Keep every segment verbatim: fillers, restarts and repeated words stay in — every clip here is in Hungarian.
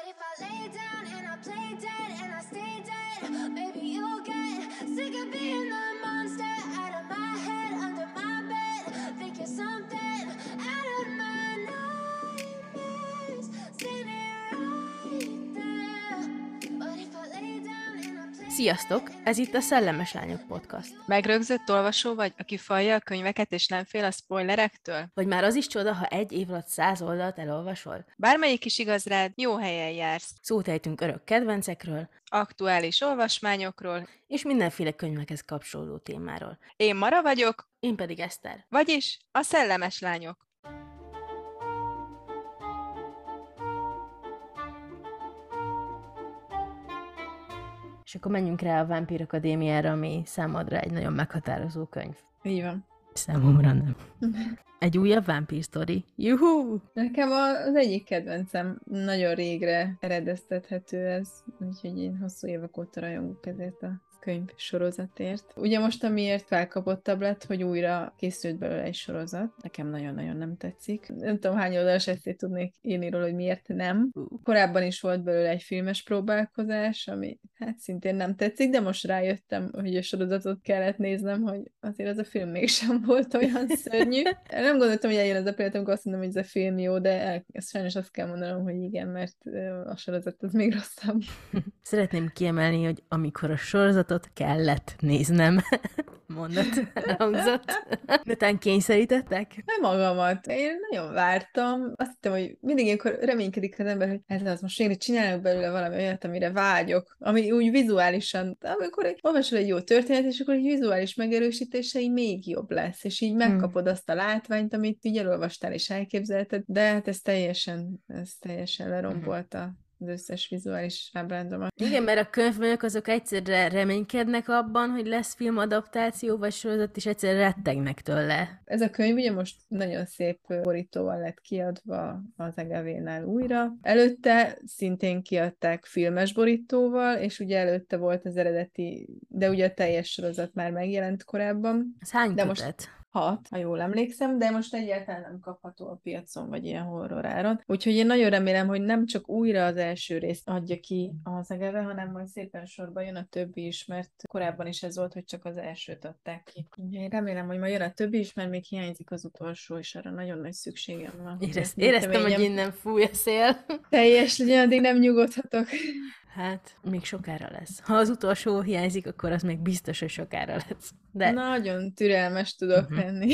if I lay down and I play dead and I stay dead, maybe you'll get sick of being the monster out of my head, under my bed. Think you're something out of my nightmares, standing right there. But if I lay down and I play Sziasztok! Ez itt a Szellemes Lányok Podcast. Megrögzött olvasó vagy, aki falja a könyveket és nem fél a spoilerektől? Vagy már az is csoda, ha egy év alatt száz oldalt elolvasol? Bármelyik is igaz rád, jó helyen jársz. Szót ejtünk örök kedvencekről, Aktuális olvasmányokról. és mindenféle könyvekhez kapcsolódó témáról. Én Mara vagyok, Én pedig Eszter. vagyis a Szellemes Lányok. És akkor menjünk rá a Vámpír Akadémiára, ami számodra egy nagyon meghatározó könyv. Így van. Számomra nem. Egy újabb vámpír sztori. Juhú! Nekem az egyik kedvencem, nagyon régre eredeztethető ez, úgyhogy én hosszú évek óta rajongok ezért a könyv sorozatért. Ugye most amiért felkapottabb lett, hogy újra készült belőle egy sorozat. Nekem nagyon-nagyon nem tetszik. Nem tudom, hány oldalas esszét tudnék írni róla, hogy miért nem. Korábban is volt belőle egy filmes próbálkozás, ami hát szintén nem tetszik, de most rájöttem, hogy a sorozatot kellett néznem, hogy azért az a film mégsem volt olyan szörnyű. Nem gondoltam, hogy eljön ez a pillanat, amikor azt mondom, hogy ez a film jó, de el, sajnos azt kell mondanom, hogy igen, mert a sorozat az még rosszabb. Szeretném kiemelni, hogy amikor a sorozatot kellett néznem, mondat elhangzott. De talán kényszerítettek? Nem magamat. Én nagyon vártam. Azt hittem, hogy mindig ilyenkor reménykedik az ember, hogy ez az, most végre csinálnak belőle valami olyat, amire vágyok, ami úgy vizuálisan, amikor egy, olvasol egy jó történet, és akkor egy vizuális megerősítései még jobb lesz, és így megkapod hmm. azt a látványt, amit így elolvastál és elképzelted, de hát ez teljesen, ez teljesen lerombolta az összes vizuális ábrándomat. Igen, mert a könyvművek azok egyszerre reménykednek abban, hogy lesz filmadaptáció, vagy sorozat, és egyszerre rettegnek tőle. Ez a könyv ugye most nagyon szép borítóval lett kiadva az é gé vé-nál újra. Előtte szintén kiadták filmes borítóval, és ugye előtte volt az eredeti, de ugye a teljes sorozat már megjelent korábban. Ez hány de kötet? Most hat, ha jól emlékszem, de most egyáltalán nem kapható a piacon, vagy ilyen horroráron. Úgyhogy én nagyon remélem, hogy nem csak újra az első részt adja ki az é gé vé, hanem majd szépen sorba jön a többi is, mert korábban is ez volt, hogy csak az elsőt adták ki. Úgyhogy én remélem, hogy majd jön a többi is, mert még hiányzik az utolsó, és arra nagyon nagy szükségem van. Érez, éreztem, hogy innen fúj a szél. Teljes legyen, addig nem nyugodhatok. Hát, még sokára lesz. Ha az utolsó hiányzik, akkor az még biztos, hogy sokára lesz. De... Nagyon türelmes tudok uh-huh. lenni.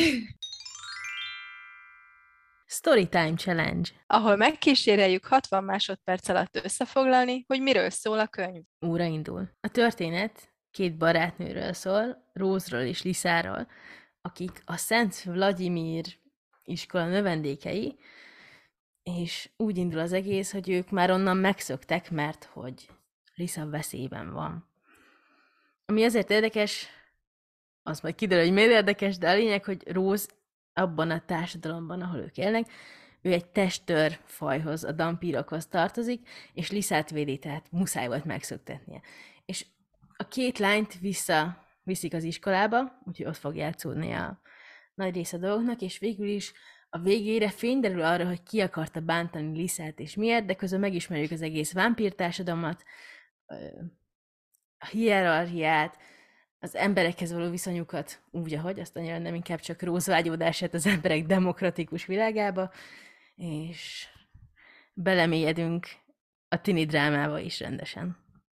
Storytime Challenge. Ahol megkíséreljük hatvan másodperc alatt összefoglalni, hogy miről szól a könyv. Óra indul. A történet két barátnőről szól, Rózról és Lisáról, akik a Szent Vladimir iskola növendékei, és úgy indul az egész, hogy ők már onnan megszöktek, mert hogy Lisa veszélyben van. Ami azért érdekes, az majd kiderül, hogy miért érdekes, de a lényeg, hogy Rose abban a társadalomban, ahol ők élnek, ő egy testőr fajhoz, a dampírokhoz tartozik, és Lisát védi, tehát muszáj volt megszöktetnie. És a két lányt vissza viszik az iskolába, úgyhogy ott fog játszódni a nagy része a dolgoknak, és végül is a végére fényderül arra, hogy ki akarta bántani Lisát és miért, de közben megismerjük az egész vámpírtársadalmat, a hierarchiát, az emberekhez való viszonyukat úgy, ahogy, azt annyira nem, inkább csak Rose vágyódását az emberek demokratikus világába, és belemélyedünk a tini drámába is rendesen.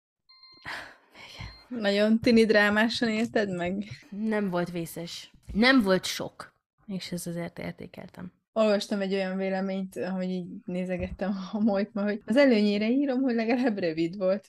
Nagyon tini drámásan érted meg? Nem volt vészes. Nem volt sok. És ez azért értékeltem. Olvastam egy olyan véleményt, hogy így nézegettem a Molytma, hogy az előnyére írom, hogy legalább rövid volt.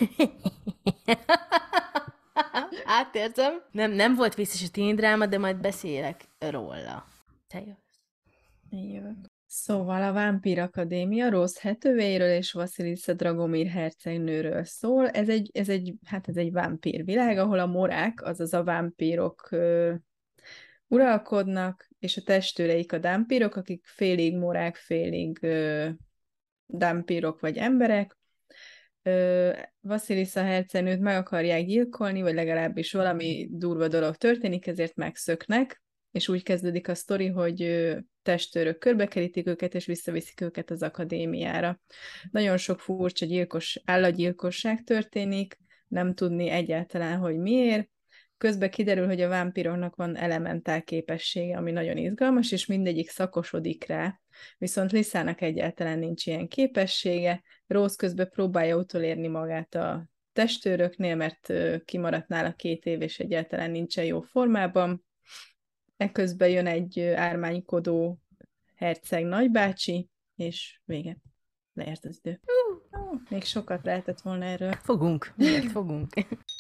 Átérzem. Nem, nem volt vészes a teen dráma, de majd beszélek róla. Te jössz. Én jövök. Szóval a Vámpír Akadémia Rose Hathawayről és Vasilisa Dragomir hercegnőről szól. Ez egy, ez egy, hát ez egy vámpírvilág, ahol a morák, azaz a vámpírok ö, uralkodnak, és a testőreik a dámpírok, akik félig morák, félig ö, dámpírok vagy emberek. Ö, Vasilisa hercegnőt meg akarják gyilkolni, vagy legalábbis valami durva dolog történik, ezért megszöknek. és úgy kezdődik a sztori, hogy ö, testőrök körbekerítik őket, és visszaviszik őket az akadémiára. Nagyon sok furcsa gyilkos, állatgyilkosság történik, nem tudni egyáltalán, hogy miért. Közben kiderül, hogy a vámpíroknak van elementál képessége, ami nagyon izgalmas, és mindegyik szakosodik rá. Viszont Lisának egyáltalán nincs ilyen képessége. Rose közben próbálja utolérni magát a testőröknél, mert ö, kimaradt nála két év, és egyáltalán nincsen jó formában. Ekközben jön egy ö, ármánykodó herceg nagybácsi, és vége. Leért az idő. Ó, még sokat lehetett volna erről. Fogunk, miért fogunk?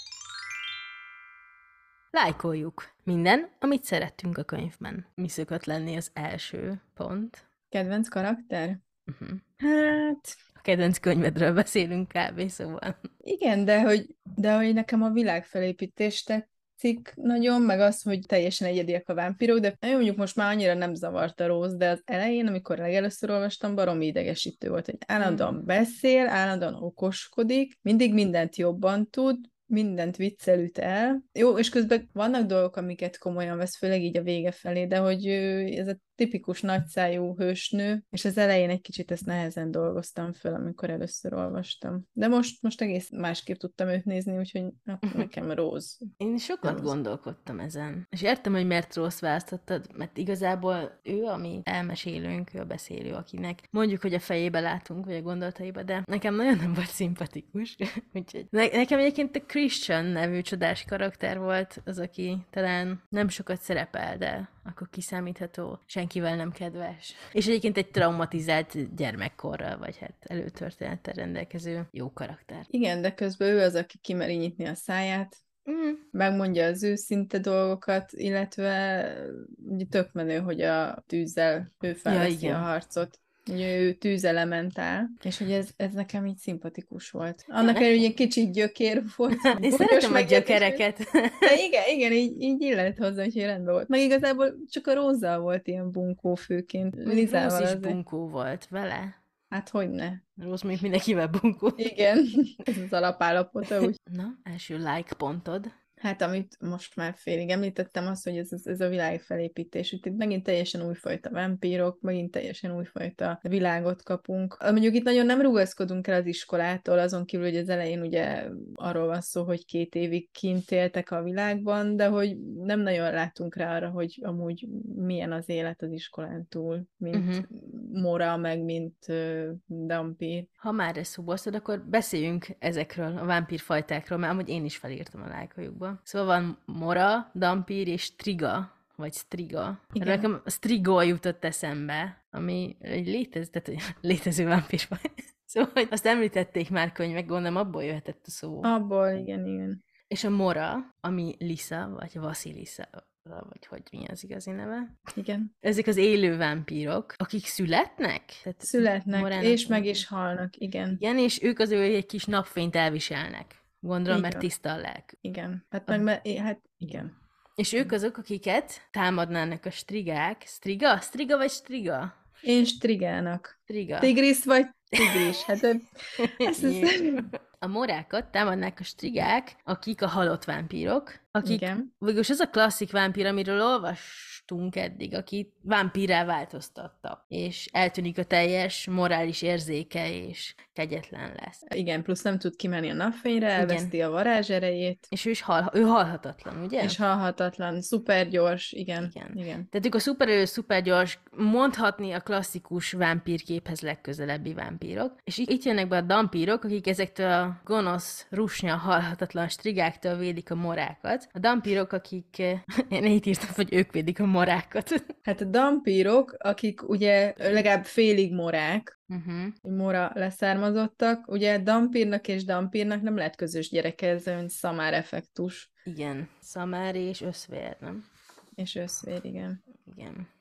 Lájkoljuk minden, amit szerettünk a könyvben. Mi szokott lenni az első pont? Kedvenc karakter? Uh-huh. Hát... A kedvenc könyvedről beszélünk kb. Szóval. Igen, de hogy, de hogy nekem a világfelépítés tetszik nagyon, meg az, hogy teljesen egyediek a vámpírok, de mondjuk most már annyira nem zavart a Rose, de az elején, amikor legelőször olvastam, baromi idegesítő volt, hogy állandóan beszél, állandóan okoskodik, mindig mindent jobban tud, mindent viccel üt el. Jó, és közben vannak dolgok, amiket komolyan vesz, főleg így a vége felé, de hogy ő, ez a tipikus nagyszájú hősnő, és az elején egy kicsit ezt nehezen dolgoztam föl, amikor először olvastam. De most, most egész másképp tudtam őt nézni, úgyhogy nekem Rose. Én sokat Rose. gondolkodtam ezen. És értem, hogy miért Rose választottad, mert igazából ő, ami elmesélőnk, ő a beszélő, akinek mondjuk, hogy a fejébe látunk, vagy a gondolataiba, de nekem nagyon nem volt szimpatikus. Úgyhogy ne- nekem egyébként a Christian nevű csodás karakter volt az, aki talán nem sokat szerepel, de akkor kiszámítható, senkivel nem kedves. És egyébként egy traumatizált gyermekkorral, vagy hát előtörténettel rendelkező jó karakter. Igen, de közben ő az, aki kimeri nyitni a száját, Mm. megmondja az őszinte dolgokat, illetve ugye tök menő, hogy a tűzzel ő felveszi igen. a harcot. Ugye ő tűzelementál, és hogy ez, ez nekem így szimpatikus volt. Annak ellenére, hogy egy kicsit gyökér volt. Én Boros szeretem a megértés, gyökereket. De igen, igen, így, így illet hozzá, hogy rendben volt. Meg igazából csak a Rózzal volt ilyen bunkó főként. Lizával Rose is azért. bunkó volt vele. Hát hogyne. Rose még mindenkivel bunkó. Igen, ez az alapállapota, úgy. Na, első like pontod. Hát, amit most már félig említettem, az, hogy ez, ez a világ felépítés. Itt megint teljesen újfajta vámpírok, megint teljesen újfajta világot kapunk. Mondjuk itt nagyon nem rugaszkodunk el az iskolától, azon kívül, hogy az elején ugye arról van szó, hogy két évig kint éltek a világban, de hogy nem nagyon látunk rá arra, hogy amúgy milyen az élet az iskolán túl, mint Uh-huh. Mora, meg mint uh, Dampír. Ha már ezt szóba hoztad, akkor beszéljünk ezekről, a vámpírfajtákról, mert amúgy én is felírtam a lájkajukba. Szóval van Mora, Dampír és Striga, vagy Striga. Igen. Nekem Strigo jutott eszembe, ami egy létező, tehát egy létező vámpírfaj. Szóval hogy azt említették már könyvek, gondolom abból jöhetett a szó. Abból, igen, igen. És a Mora, ami Lisa, vagy Vasilisa, vagy hogy mi az igazi neve. Igen. Ezek az élő vámpírok, akik születnek? Tehát Születnek, Morának- és meg is halnak, igen. Igen, és ők az ő egy kis napfényt elviselnek. Gondolom, Így mert van. tiszta a lelk. Igen. Hát meg, me- hát igen. És ők azok, akiket támadnának a strigák. Striga? Striga vagy striga? Én Strigának. Striga. Tigris vagy tigris? Hát ö, ez, ez, A morákat támadnák a strigák, akik a halott vámpírok, akik igen. végülis az a klasszik vámpír, amiről olvastunk eddig, aki vámpírrá változtatta, és eltűnik a teljes morális érzéke, és kegyetlen lesz. Igen, plusz nem tud kimenni a napfényre, elveszti a varázserejét, És ő is hal, ő halhatatlan, ugye? és halhatatlan, szuper gyors, igen. Igen. igen. Tehát ők a szupererő, szupergyors, mondhatni a klasszikus vámpírképhez legközelebbi vámpírok. És itt itt jönnek be a dampírok, akik ezektől a gonosz, rusnya, halhatatlan strigáktól védik a morákat. A dampírok, akik... Én így írtam, hogy ők védik a morákat. Hát a dampírok, akik ugye legalább félig morák, Uh-huh. mora leszármazottak, ugye dampírnak és dampírnak nem lehet közös gyereke, ez olyan szamár effektus, Igen. Szamár és összvér, nem? és összvér, igen. Igen.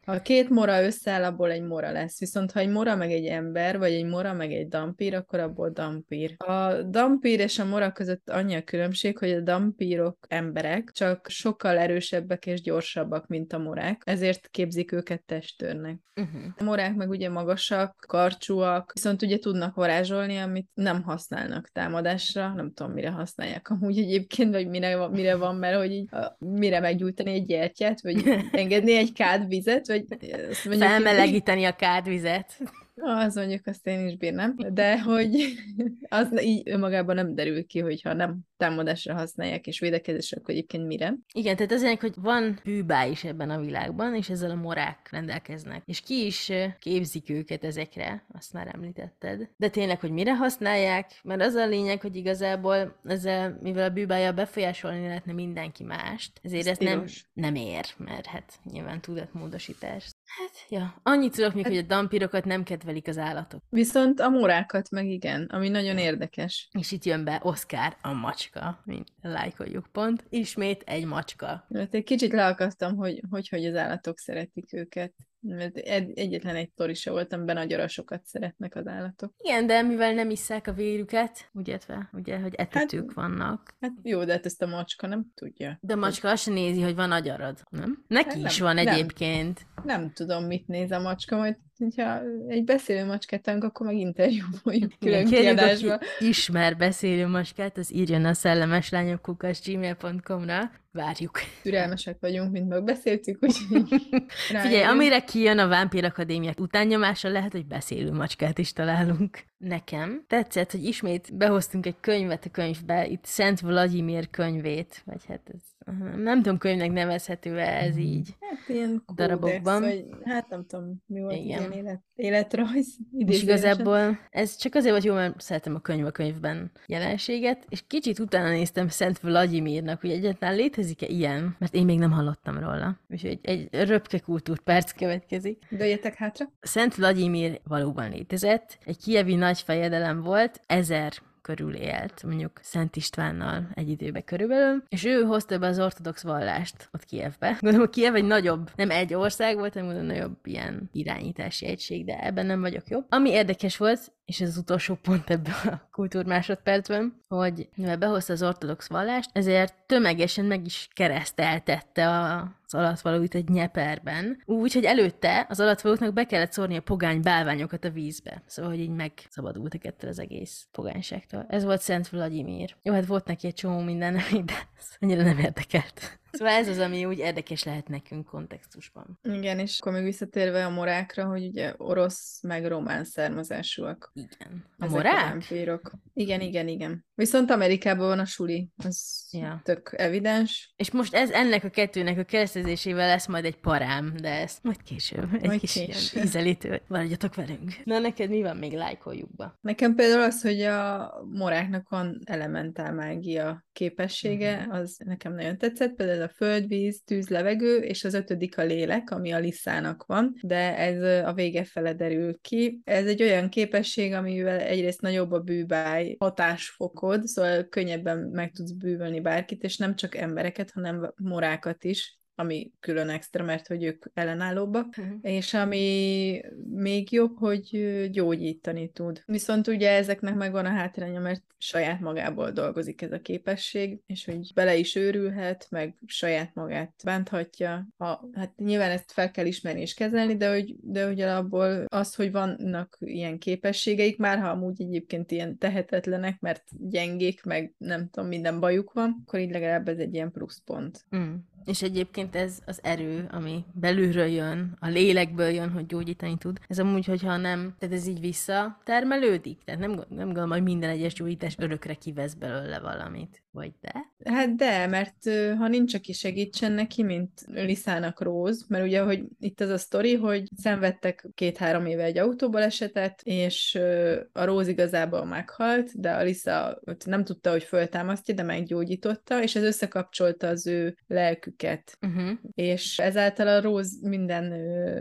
Ha két mora összeáll, abból egy mora lesz. Viszont ha egy mora meg egy ember, vagy egy mora meg egy dampír, akkor abból dampír. A dampír és a mora között annyi a különbség, hogy a dampírok emberek, csak sokkal erősebbek és gyorsabbak, mint a morák. Ezért képzik őket testőrnek. Uh-huh. A morák meg ugye magasak, karcsúak, viszont ugye tudnak varázsolni, amit nem használnak támadásra, nem tudom, mire használják amúgy egyébként, vagy mire van, mire van mert hogy így, a, mire meggyújtani egy gyertyát, vagy engedni egy kád vizet, vagy azt mondjuk, felmelegíteni a kádvizet. Az mondjuk azt én is bírnám, de hogy az így önmagában nem derül ki, hogyha nem támadásra használják és védekezésre, akkor egyébként mire. Igen, tehát az hogy van bűbá is ebben a világban, és ezzel a morák rendelkeznek. És ki is képzik őket ezekre, azt már említetted. De tényleg, hogy mire használják, mert az a lényeg, hogy igazából ezzel, mivel a bűbája befolyásolni lehetne mindenki mást, ezért ez nem, nem ér, mert hát nyilván tudatmódosítás. Hát, ja. Annyit tudok még, hát, hogy a dampírokat nem kedvelik az állatok. Viszont a morákat meg igen, ami nagyon érdekes. És itt jön be Oscar, a macska, mint lájkoljuk pont. Ismét egy macska. Mert egy kicsit leakasztam, hogy, hogy hogy az állatok szeretik őket. Mert egyetlen egy tori se volt, amiben nagy arasokat szeretnek az állatok. Igen, de mivel nem isszák a vérüket, ugye, ugye hogy etetők hát, vannak. Hát jó, de hát ezt a macska nem tudja. De a macska azt sem nézi, hogy van agyarad, nem? Neki hát is nem, van egyébként. Nem, nem tudom, mit néz a macska, majd ha egy beszélő macskát tank, akkor meg interjúvoljuk külön kiadásba. Ismer beszélő macskát, az írjon a szellemes lányok kukac gmail pont com-ra. Várjuk. Türelmesek vagyunk, mint megbeszéltük, úgyhogy figyelj, amire kijön a Vámpír Akadémia utánnyomásra, lehet, hogy beszélő macskát is találunk. Nekem tetszett, hogy ismét behoztunk egy könyvet a könyvbe, itt Szent Vladimir könyvét, vagy hát ez nem tudom, könyvnek nevezhető-e ez így hát ilyen darabokban. Kódex, vagy hát nem tudom, mi volt ilyen élet, életrajz. És igazából ez csak azért volt jó, mert szeretem a könyv a könyvben jelenséget, és kicsit utána néztem Szent Vladimirnak, hogy egyáltalán létezik-e ilyen, mert én még nem hallottam róla. Úgyhogy egy röpke kultúrperc következik. Dőljetek hátra. Szent Vladimir valóban létezett, egy kijevi nagy fejedelem volt, ezer körül élt, mondjuk Szent Istvánnal egy időben körülbelül, és ő hozta be az ortodox vallást ott Kijevbe. Gondolom, a Kijev egy nagyobb, nem egy ország volt, hanem gondolom, nagyobb ilyen irányítási egység, de ebben nem vagyok jobb. Ami érdekes volt, és ez az utolsó pont ebben a kultúrmásodpercben, hogy mivel behozta az ortodox vallást, ezért tömegesen meg is kereszteltette a az alatvalóit egy Nyeperben. Úgy, hogy előtte az alatvalóknak be kellett szórni a pogány bálványokat a vízbe. Szóval, hogy így megszabadultak ettől az egész pogányságtól. Ez volt Szent Vladimir. Jó, hát volt neki egy csomó minden, de ez annyira nem érdekelt. Szóval ez az, ami úgy érdekes lehet nekünk kontextusban. Igen, és akkor még visszatérve a morákra, hogy ugye orosz meg román származásúak. Igen. A Ezek morák? A vámpírok. Igen, igen, igen. Viszont Amerikában van a suli, az ja. Tök evidens. És most ez ennek a kettőnek a keresztezésével lesz majd egy parám, de ezt majd később. Egy majd kis később. ilyen ízelítő. Maradjatok velünk. Na, neked mi van még? Lájkoljuk be. Nekem például az, hogy a moráknak van elementál mágia képessége, uh-huh. az nekem nagyon tetszett. Például a föld, víz, tűz, levegő, és az ötödik a lélek, ami a Lisszának van, de ez a vége fele derül ki. Ez egy olyan képesség, amivel egyrészt nagyobb a bűbáj hatásfokod, szóval könnyebben meg tudsz bűvölni bárkit, és nem csak embereket, hanem morákat is, ami külön extra, mert hogy ők ellenállóbbak, uh-huh. és ami még jobb, hogy gyógyítani tud. Viszont ugye ezeknek megvan a hátránya, mert saját magából dolgozik ez a képesség, és hogy bele is őrülhet, meg saját magát bánthatja. A, hát nyilván ezt fel kell ismerni és kezelni, de hogy, de hogy alapból az, hogy vannak ilyen képességeik, már ha amúgy egyébként ilyen tehetetlenek, mert gyengék, meg nem tudom, minden bajuk van, akkor így legalább ez egy ilyen pluszpont. Mm. És egyébként ez az erő, ami belülről jön, a lélekből jön, hogy gyógyítani tud. Ez amúgy, hogyha nem, tehát ez így visszatermelődik? Tehát nem, nem gondolom, hogy minden egyes gyógyítás örökre kivesz belőle valamit. Vagy de? Hát de, mert ha nincs, aki segítsen neki, mint Lisszának Róz, mert ugye, hogy itt az a sztori, hogy szenvedtek két-három éve egy autóbalesetet, és a Róz igazából meghalt, de a Lissa nem tudta, hogy föltámasztja, de meggyógyította, és ez összekapcsolta az ő lelküket. Uh-huh. És ezáltal a Róz minden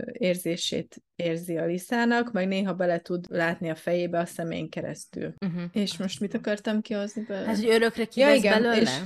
érzését érzi a Lisszának, meg néha bele tud látni a fejébe a szemén keresztül. Uh-huh. És most mit akartam kihozni belőle? Hát, hogy örökre kivesz ja, igen, belőle? És,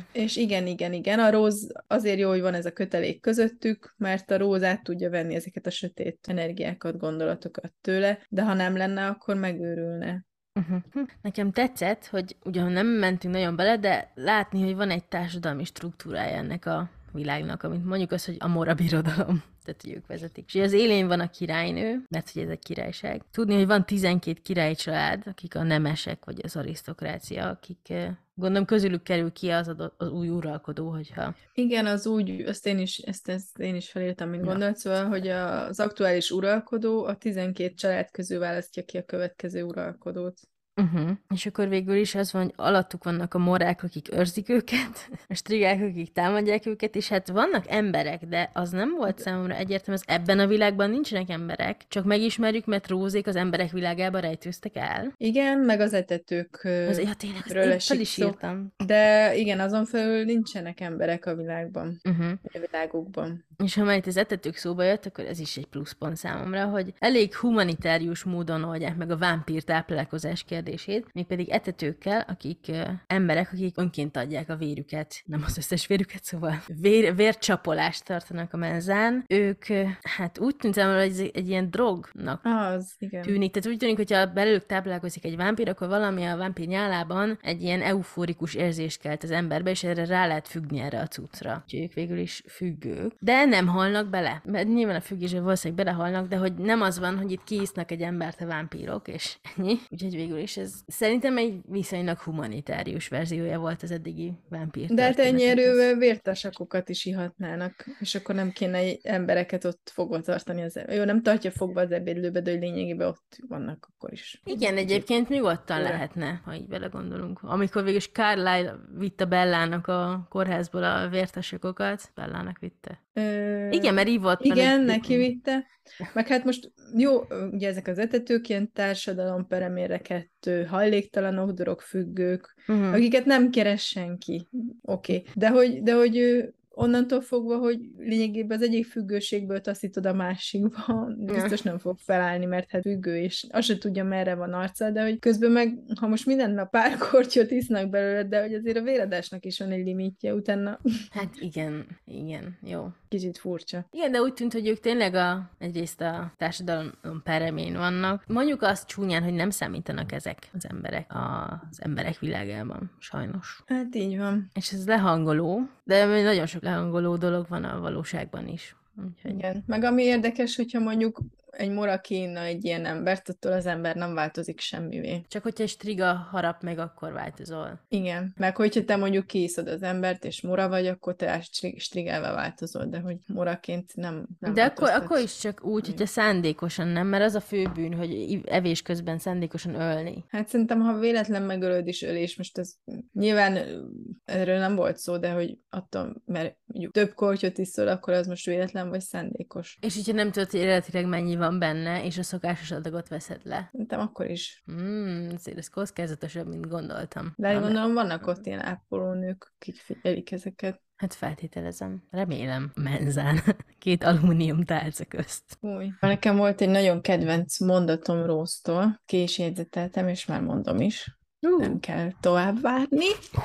És igen, igen, igen, a Róz azért jó, hogy van ez a kötelék közöttük, mert a Róz át tudja venni ezeket a sötét energiákat, gondolatokat tőle, de ha nem lenne, akkor megőrülne. Uh-huh. Nekem tetszett, hogy ugyan nem mentünk nagyon bele, de látni, hogy van egy társadalmi struktúrája ennek a világnak, amit mondjuk az, hogy a Mora birodalom, tehát hogy ők vezetik. És az élén van a királynő, mert hogy ez egy királyság. Tudni, hogy van tizenkét királyi család, akik a nemesek, vagy az arisztokrácia, akik gondolom közülük kerül ki az, adott, az új uralkodó, hogyha... Igen, az úgy, ezt én is, ezt, ezt én is felírtam, mint gondolt, szóval, hogy az aktuális uralkodó a tizenkét család közül választja ki a következő uralkodót. Uh-huh. És akkor végül is az van, hogy alattuk vannak a morák, akik őrzik őket, a strigák, akik támadják őket, és hát vannak emberek, de az nem volt számomra egyértelmű, az ebben a világban nincsenek emberek, csak megismerjük, mert Rózék az emberek világába rejtőztek el. Igen, meg az etetők. Az, ja, tényleg, ezt fel is írtam. De igen, azon felül nincsenek emberek a világban, uh-huh. a világokban. És ha már itt az etetők szóba jött, akkor ez is egy pluszpont számomra, hogy elég humanitárius módon oldják meg a vámpír táplálkozás kérdését, mégpedig etetőkkel, akik uh, emberek, akik önként adják a vérüket, nem az összes vérüket, szóval vér, vércsapolást tartanak a menzán. Ők, uh, hát úgy tűnt számomra, hogy ez egy, egy ilyen drognak az, igen. tűnik. Tehát úgy tűnik, hogyha belőlük táplálkozik egy vámpír, akkor valami a vámpír nyálában egy ilyen euforikus érzést kelt az emberbe, és erre rá lehet függni erre a cuccra. Úgyhogy ők végül is függők. De nem halnak bele. Mert nyilván a függésben valószínűleg belehalnak, de hogy nem az van, hogy itt kiisznak egy embert a vámpírok, és ennyi. Úgyhogy végül is ez szerintem egy viszonylag humanitárius verziója volt az eddigi vámpír. De hát ennyi erővel vértasakokat is ihatnának, és akkor nem kéne embereket ott fogva tartani. Az Jó, nem tartja fogva az ebédlőbe, de hogy lényegében ott vannak akkor is. Igen, egyébként nyugodtan lehetne, ha így belegondolunk. Amikor végül is Carlyle vitte Bellának a kórházból a vértasakokat, Bellának vitte. Ö... Igen, mert ívott. Igen, neki vitte. Meg hát most jó, ugye ezek az etetők ilyen társadalom pereméreket, hajléktalanok, drogfüggők, uh-huh. akiket nem keres senki. Oké. Okay. De hogy, de hogy onnantól fogva, hogy lényegében az egyik függőségből taszítod a másikba, biztos nem fog felállni, mert hát függő, és azt se tudja, merre van arca, de hogy közben meg, ha most minden nap pár kortyot isznak belőle, de hogy azért a véradásnak is van egy limitje, utána... Hát igen, igen, jó. Kicsit furcsa. Igen, de úgy tűnt, hogy ők tényleg a, egyrészt a társadalom peremén vannak. Mondjuk azt csúnyán, hogy nem számítanak ezek az emberek az emberek világában, sajnos. Hát így van. És ez lehangoló, de nagyon sok lehangoló dolog van a valóságban is. Úgyhogy... Igen. Meg ami érdekes, hogyha mondjuk egy mora kínna egy ilyen embert, attól az ember nem változik semmivé. Csak hogyha egy striga harap meg, akkor változol. Igen. Meg hogyha te mondjuk kiiszod az embert, és mora vagy, akkor te strigával változol, de hogy moraként nem, nem De akkor, akkor is csak úgy, hogyha szándékosan nem, mert az a fő bűn, hogy evés közben szándékosan ölni. Hát szerintem, ha véletlen megölöd is ölés, most ez nyilván erről nem volt szó, de hogy attól, mert több kortyot iszol, akkor az most véletlen vagy szándékos. És hogyha nem tudod, hogy eredetileg mennyi van benne, és a szokásos adagot veszed le. Szerintem akkor is. Hmm, azért ez kockázatosabb, mint gondoltam. De nem gondolom, vannak ott ilyen ápolónők, akik figyelik ezeket. Hát feltételezem. Remélem. Menzán. Két alumínium tálca közt. Új. Nekem volt egy nagyon kedvenc mondatom Róztól. Ki is jegyzeteltem, és már mondom is. Uh. Nem kell tovább várni.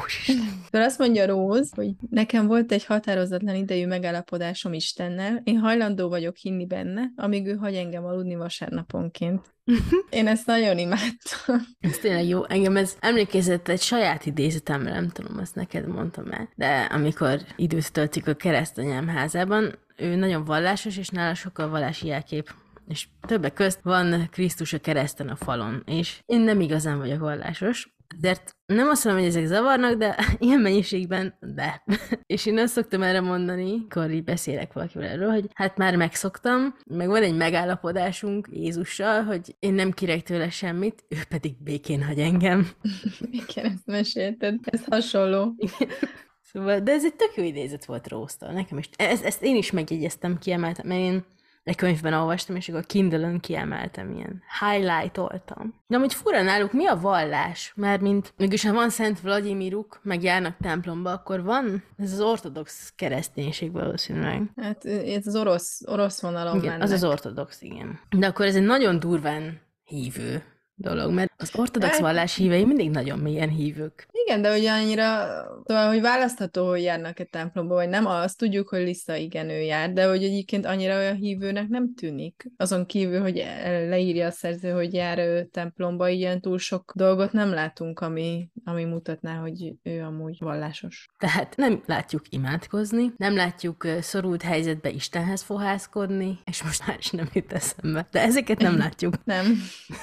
De azt mondja Róz, hogy nekem volt egy határozatlan idejű megállapodásom Istennel, én hajlandó vagyok hinni benne, amíg ő hagy engem aludni vasárnaponként. Én ezt nagyon imádtam. Ez tényleg jó. Engem ez emlékezett egy saját idézetemre, nem tudom, azt neked mondtam el. De amikor időt töltik a keresztanyám házában, ő nagyon vallásos, és nála sokkal vallási jelkép. És többek közt van Krisztus a kereszten a falon, és én nem igazán vagyok vallásos, ezért nem azt mondom, hogy ezek zavarnak, de ilyen mennyiségben de. És én azt szoktam erre mondani, amikor így beszélek valakivel erről, hogy hát már megszoktam, meg van egy megállapodásunk Jézussal, hogy én nem kérek tőle semmit, ő pedig békén hagy engem. Igen, ezt mesélted, ez hasonló. Szóval, de ez egy tök jó idézet volt Róztól, nekem is. Ezt, ezt én is megjegyeztem, kiemeltem, mert én egy könyvben olvastam, és akkor Kindle-ön kiemeltem, ilyen highlight-oltam. De amúgy fura náluk, mi a vallás? Mert mint mégis ha van Szent Vlagyimiruk, meg járnak templomba, akkor van ez az ortodox kereszténység valószínűleg. Hát ez az orosz, orosz vonalon igen, mennek. Az az ortodox, igen. De akkor ez egy nagyon durván hívő dolog, mert az ortodox vallás hívei mindig nagyon mélyen hívők. Igen, de hogy annyira, szóval, hogy választható, hogy járnak-e templomba, vagy nem, azt tudjuk, hogy Lisa igen, ő jár, de hogy egyébként annyira olyan hívőnek nem tűnik. Azon kívül, hogy leírja a szerző, hogy jár ő templomba, ilyen túl sok dolgot nem látunk, ami, ami mutatná, hogy ő amúgy vallásos. Tehát nem látjuk imádkozni, nem látjuk ö, szorult helyzetbe Istenhez fohászkodni, és most már is nem jut eszembe. De ezeket nem látjuk. Nem.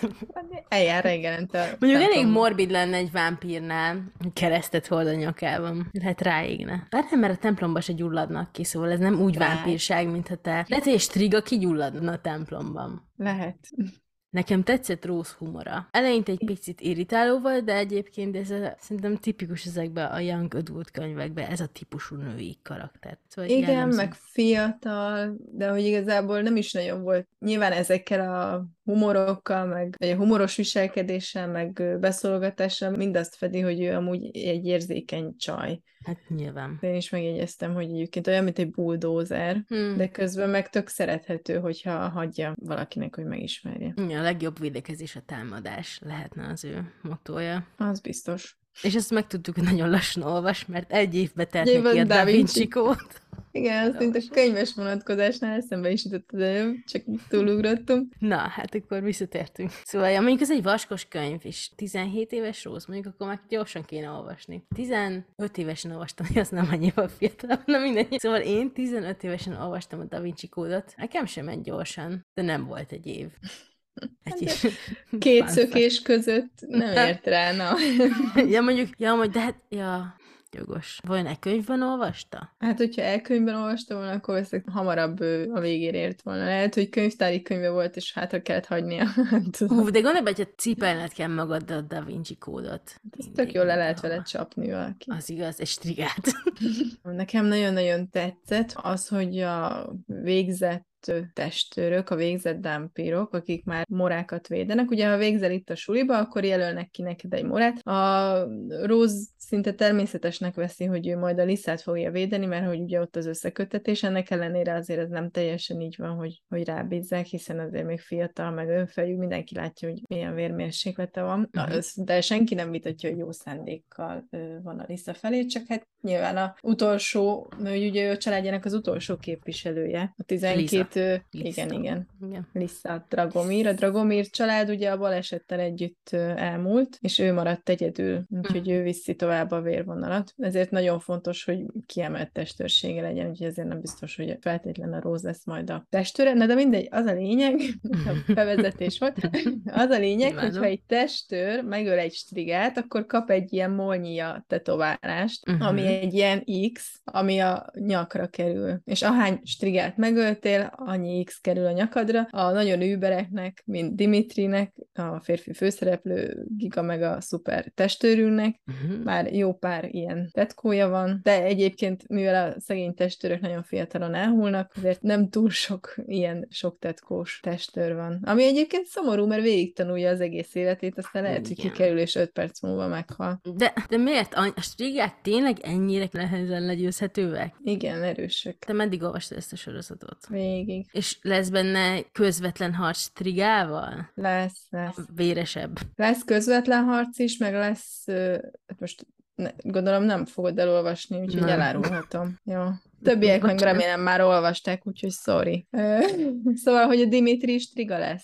Eljár reggelente. Mondjuk elég morbid lenne egy vámpírnál, hogy keresztet hord a nyakában. Lehet ráégne. Bár nem, mert a templomba se gyulladnak ki, szóval ez nem úgy Ráj. vámpírság, mint ha te... Lehet, hogy egy striga kigyulladna a templomban. Lehet. Nekem tetszett Rose humora. Eleinte egy picit irritáló volt, de egyébként ez a, szerintem tipikus ezekben a young adult könyvekben, ez a típusú női karakter. Szóval Igen, jellemző. meg fiatal, de hogy igazából nem is nagyon volt. Nyilván ezekkel a humorokkal, meg vagy a humoros viselkedéssel, meg beszólogatással mindazt fedi, hogy ő amúgy egy érzékeny csaj. Hát nyilván. Én is megjegyeztem, hogy egyébként olyan, mint egy bulldozer, Hmm. de közben meg tök szerethető, hogyha hagyja valakinek, hogy megismerje. A legjobb védekezés a támadás lehetne az ő mottója. Az biztos. És ezt megtudtuk, hogy nagyon lassan olvas, mert egy évbe telt Egy neki a évben Da Da Vinci. Vinci kód. Igen, azt mint a könyves vonatkozásnál eszembe is jutott az előbb, csak túlugrottunk. Na, hát akkor visszatértünk. Szóval, ja, mondjuk ez egy vaskos könyv, és tizenhét éves Rose, mondjuk akkor már gyorsan kéne olvasni. tizenöt évesen olvastam, hogy az nem annyival fiatalabb, na mindegy. Szóval én tizenöt évesen olvastam a Da Vinci kódot. Nekem sem ment gyorsan, de nem volt egy év. Egy kis... Két fun szökés között nem ért rá, na. fact. Ja, mondjuk, ja, majd, de hát, ja, jogos. Vajon egy könyvben olvasta? Hát, hogyha elkönyvben olvasta volna, akkor veszek hamarabb ő a végére ért volna. Lehet, hogy könyvtári könyve volt, és hátra kellett hagynia. Nem tudom. Hú, de gondolj be, hogyha cipelned kell magaddal a Da Vinci kódot. Ez tök jól le lehet vele csapni valaki. Az igaz, egy strigát. Nekem nagyon-nagyon tetszett az, hogy a végzett testőrök, a végzett dámpírok, akik már morákat védenek. Ugye, ha végzel itt a suliba, akkor jelölnek ki neked egy morát. A Rose szinte természetesnek veszi, hogy ő majd a Lisát fogja védeni, mert hogy ugye ott az összeköttetés, ennek ellenére azért ez nem teljesen így van, hogy, hogy rábízzák, hiszen azért még fiatal, meg önfejű, mindenki látja, hogy milyen vérmérséklete van. Na, Mhm. de senki nem vitatja, hogy jó szándékkal ö, van a Lisa felé, csak hát nyilván a utolsó, hogy ugye ő a családjának az utolsó képviselője. A tizenkét, ö, igen, Lisa. igen. Igen. Lisa Dragomir. A Dragomir család ugye a balesettel együtt ö, elmúlt, és ő maradt egyedül, úgyhogy ő viszi tovább a vérvonalat. Ezért nagyon fontos, hogy kiemelt testőrsége legyen, úgyhogy ezért nem biztos, hogy feltétlen a Rose lesz majd a testőre. Na de mindegy, az a lényeg, a bevezetés volt, az a lényeg, Imádom. hogyha egy testőr megöl egy strigát, akkor kap egy ilyen molnyia tetoválást, Mhm. ami egy ilyen X, ami a nyakra kerül. És ahány strigát megöltél, annyi X kerül a nyakadra. A nagyon übereknek, mint Dimitrinek, a férfi főszereplő, Giga meg a szuper testőrünknek, Mhm. már jó pár ilyen tetkója van, de egyébként, mivel a szegény testőrök nagyon fiatalon elhulnak, azért nem túl sok ilyen sok tetkós testőr van. Ami egyébként szomorú, mert végig tanulja az egész életét, aztán lehet, hogy Igen. kikerül, és öt perc múlva meghal. De, de miért? A a strigák tényleg ennyire nehezen legyőzhetőek? Igen, erősök. Te meddig olvastad ezt a sorozatot? Végig. És lesz benne közvetlen harc strigával? Lesz, lesz. Véresebb. Lesz közvetlen harc is, meg lesz, ö, hát most ne, gondolom nem fogod elolvasni, úgyhogy Nem. elárulhatom. Jó. Többiek meg Bocsánat. remélem már olvasták, úgyhogy sorry. Ö, Szóval, hogy a Dimitri is striga lesz.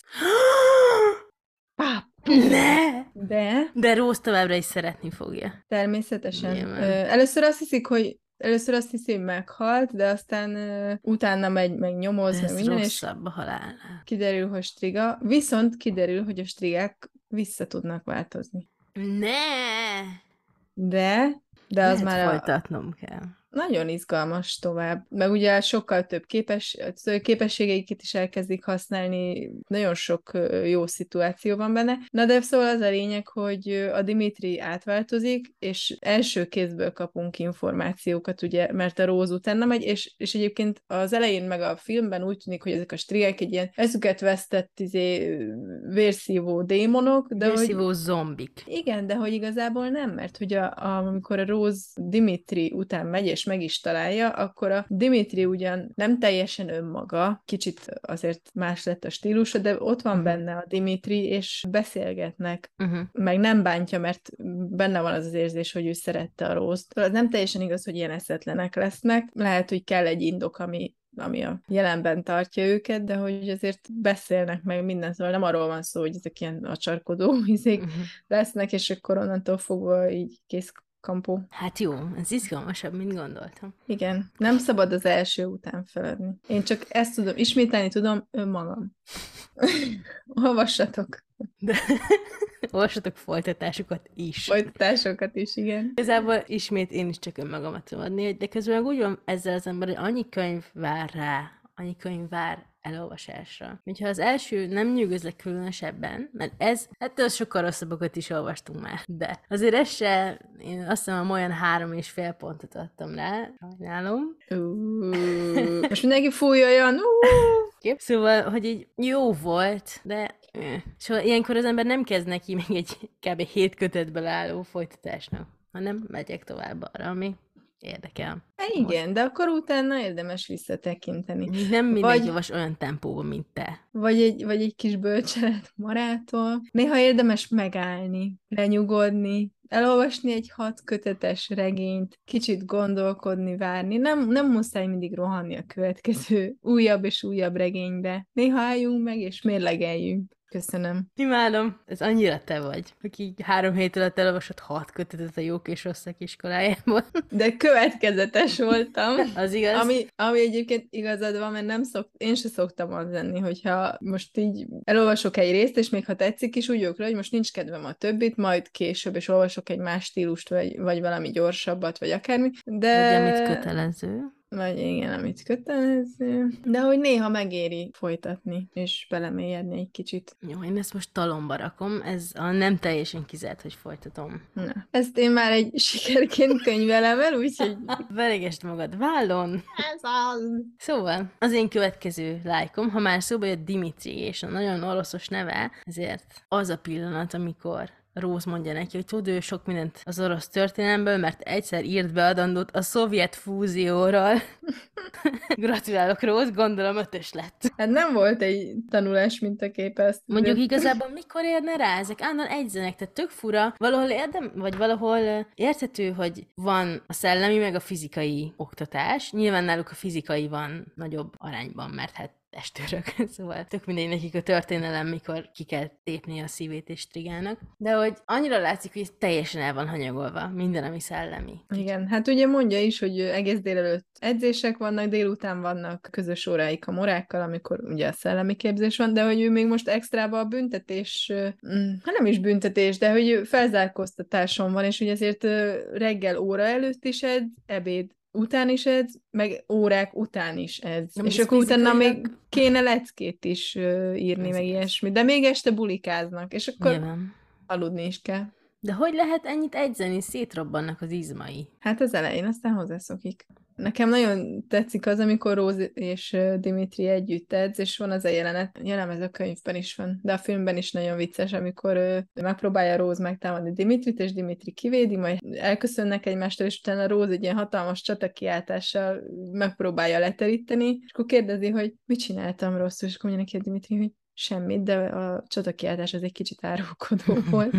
Pá, Ne! de De Rose továbbra is szeretni fogja. természetesen. Nyilván. Ö, Először azt hiszik, hogy Először azt hiszi, hogy meghalt, de aztán ö, utána megy, meg nyomoz, De meg ez minden, és rosszabb a halálnál. kiderül, hogy striga. Viszont kiderül, hogy a strigák vissza tudnak változni. Ne! De, de az Lehet már a, folytatnom kell. nagyon izgalmas tovább. Meg ugye sokkal több képes, képességeiket is elkezdik használni, nagyon sok ö, jó szituáció van benne. Na de szóval az a lényeg, hogy ö, a Dimitri átváltozik, és első kézből kapunk információkat, ugye, mert a Rose utána megy, és, és egyébként az elején meg a filmben úgy tűnik, hogy ezek a strigák egy ilyen eszüket vesztett izé, vérszívó démonok, de hogy... Vérszívó zombik. Igen, de hogy igazából nem, mert hogy a, a, amikor a Rose Dimitri után megy és és meg is találja, akkor a Dimitri ugyan nem teljesen önmaga, kicsit azért más lett a stílusa, de ott van Uh-huh. benne a Dimitri, és beszélgetnek, Uh-huh. meg nem bántja, mert benne van az az érzés, hogy ő szerette a Rose-t. Az nem teljesen igaz, hogy ilyen eszetlenek lesznek, lehet, hogy kell egy indok, ami ami a jelenben tartja őket, de hogy azért beszélnek meg minden, szóval nem arról van szó, hogy ezek ilyen acsarkodó izék Uh-huh. lesznek, és akkor onnantól fogva így kész kampó. Hát jó, ez izgalmasabb, mint gondoltam. Igen, nem szabad az első után feladni. Én csak ezt tudom, ismételni tudom önmagam. Olvassatok. De olvassatok folytatásukat is. Folytatásokat is, igen. Igazából ismét én is csak önmagamat tudom adni, de közben meg úgy van ezzel az ember, hogy annyi könyv vár rá, annyi könyv vár elolvasásra. Hogyha az első nem nyűgözlek különösebben, mert ez, ettől sokkal rosszabbakat is olvastunk már, de azért ez se, én azt hiszem, olyan három és fél pontot adtam rá, sajnálom. Uh, most mindenki fújja olyan, uh. Kép. Szóval, hogy így jó volt, de szóval ilyenkor az ember nem kezd neki még egy kb. hét kötetből álló folytatásnak, hanem megyek tovább arra, ami érdekel. Hát igen, de akkor utána érdemes visszatekinteni. Nem mindenki Vagy- olvas olyan tempóban, mint te. Vagy egy, vagy egy kis bölcselet Marától. Néha érdemes megállni, lenyugodni, elolvasni egy hat kötetes regényt, kicsit gondolkodni, várni. Nem, nem muszáj mindig rohanni a következő újabb és újabb regénybe. Néha álljunk meg, és mérlegeljünk. Köszönöm. Imádom. Ez annyira te vagy, aki három hét alatt elolvasott hat kötetet a jók és rosszak iskolájából. De következetes voltam. Az igaz? Ami, ami egyébként igazad van, mert nem szok, én se szoktam az lenni, hogyha most így elolvasok egy részt, és még ha tetszik is, úgy vagyok rá, hogy most nincs kedvem a többit, majd később, és olvasok egy más stílust, vagy, vagy valami gyorsabbat, vagy akármi. De... Vagy amit kötelező. Vagy igen, amit kötelező. De hogy néha megéri folytatni, és belemélyedni egy kicsit. Jó, én ezt most talomba rakom, ez a nem teljesen kizárt, hogy folytatom. Na, ezt én már egy sikerként könyvelem el, úgyhogy... Veregesd magad vállon. Ez az! Szóval, az én következő lájkom, ha már szóba jött Dimitri és a nagyon oroszos neve, ezért az a pillanat, amikor Rose mondja neki, hogy tud ő sok mindent az orosz történelemből, mert egyszer írt beadandót a szovjet fúzióról. Gratulálok, Rose, gondolom ötös lett. Hát nem volt egy tanulás mintaképe ezt. Mondjuk igazából mikor érne rá? Ezek állandóan egyzenek, tehát tök fura. Valahol érdem, vagy valahol érthető, hogy van a szellemi, meg a fizikai oktatás. Nyilván náluk a fizikai van nagyobb arányban, mert hát testőrök, szóval tök mindegy nekik a történelem, mikor ki kell tépni a szívét és trigának. De hogy annyira látszik, hogy teljesen el van hanyagolva minden, ami szellemi. Igen, hát ugye mondja is, hogy egész délelőtt edzések vannak, délután vannak közös óráik a morákkal, amikor ugye a szellemi képzés van, de hogy ő még most extrában a büntetés, hát nem is büntetés, de hogy felzárkóztatáson van, és ugye ezért reggel óra előtt is edz, ebéd után is edz, meg órák után is edz. Nem, és ez akkor utána fizikailag- még kéne leckét is uh, írni, Ez meg igaz. ilyesmi. De még este bulikáznak, és akkor Nyilván. aludni is kell. De hogy lehet ennyit edzeni? Szétrobbannak az izmai. Hát az elején, aztán hozzászokik. Nekem nagyon tetszik az, amikor Rose és ö, Dimitri együtt edz, és van az a jelenet, jelen ez a könyvben is van, de a filmben is nagyon vicces, amikor ö, megpróbálja Rose megtámadni Dimitrit, és Dimitri kivédi, majd elköszönnek egymástól, és utána Rose egy ilyen hatalmas csatakiáltással megpróbálja leteríteni, és akkor kérdezi, hogy mit csináltam rosszul, és akkor mondja neki a Dimitri, hogy semmit, de a csatakiáltás az egy kicsit árulkodó volt.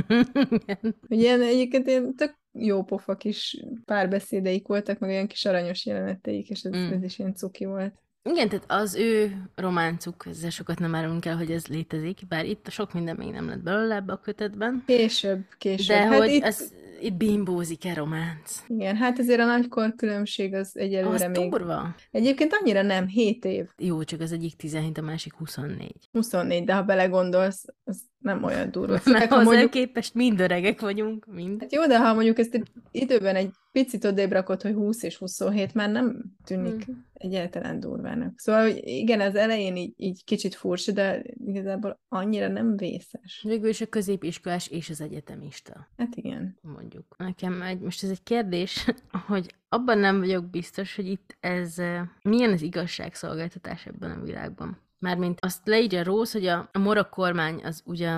Igen. Hogy ilyen egyébként ilyen tök jó pofa kis párbeszédeik voltak, meg olyan kis aranyos jeleneteik, és ez, Mm. ez is ilyen cuki volt. Igen, tehát az ő románcuk, ezzel sokat nem árulunk el, hogy ez létezik, bár itt sok minden még nem lett belőle ebbe a kötetben. Később, később. De hát hogy itt, ez, itt bimbózik-e románc? igen, hát azért a nagykor különbség az egyelőre Az még... durva. Egyébként annyira nem, hét év, Jó, csak az egyik tizenhét, a másik huszonnégy. huszonnégy, de ha belegondolsz, az nem olyan durva. Főleg, Mert ha hozzá mondjuk, képest mind öregek vagyunk, mind. hát jó, de ha mondjuk ezt egy időben egy picit odébb rakod, hogy húsz és huszonhét, már nem tűnik Hmm. egyáltalán durvának. Szóval, hogy igen, az elején így, így kicsit furcsa, de igazából annyira nem vészes. Végül is a középiskolás és az egyetemista, Hát igen. mondjuk. Nekem egy, most ez egy kérdés, hogy abban nem vagyok biztos, hogy itt ez eh, milyen az igazságszolgáltatás ebben a világban. Mármint azt leírja Rose, hogy a, a mora kormány az ugyan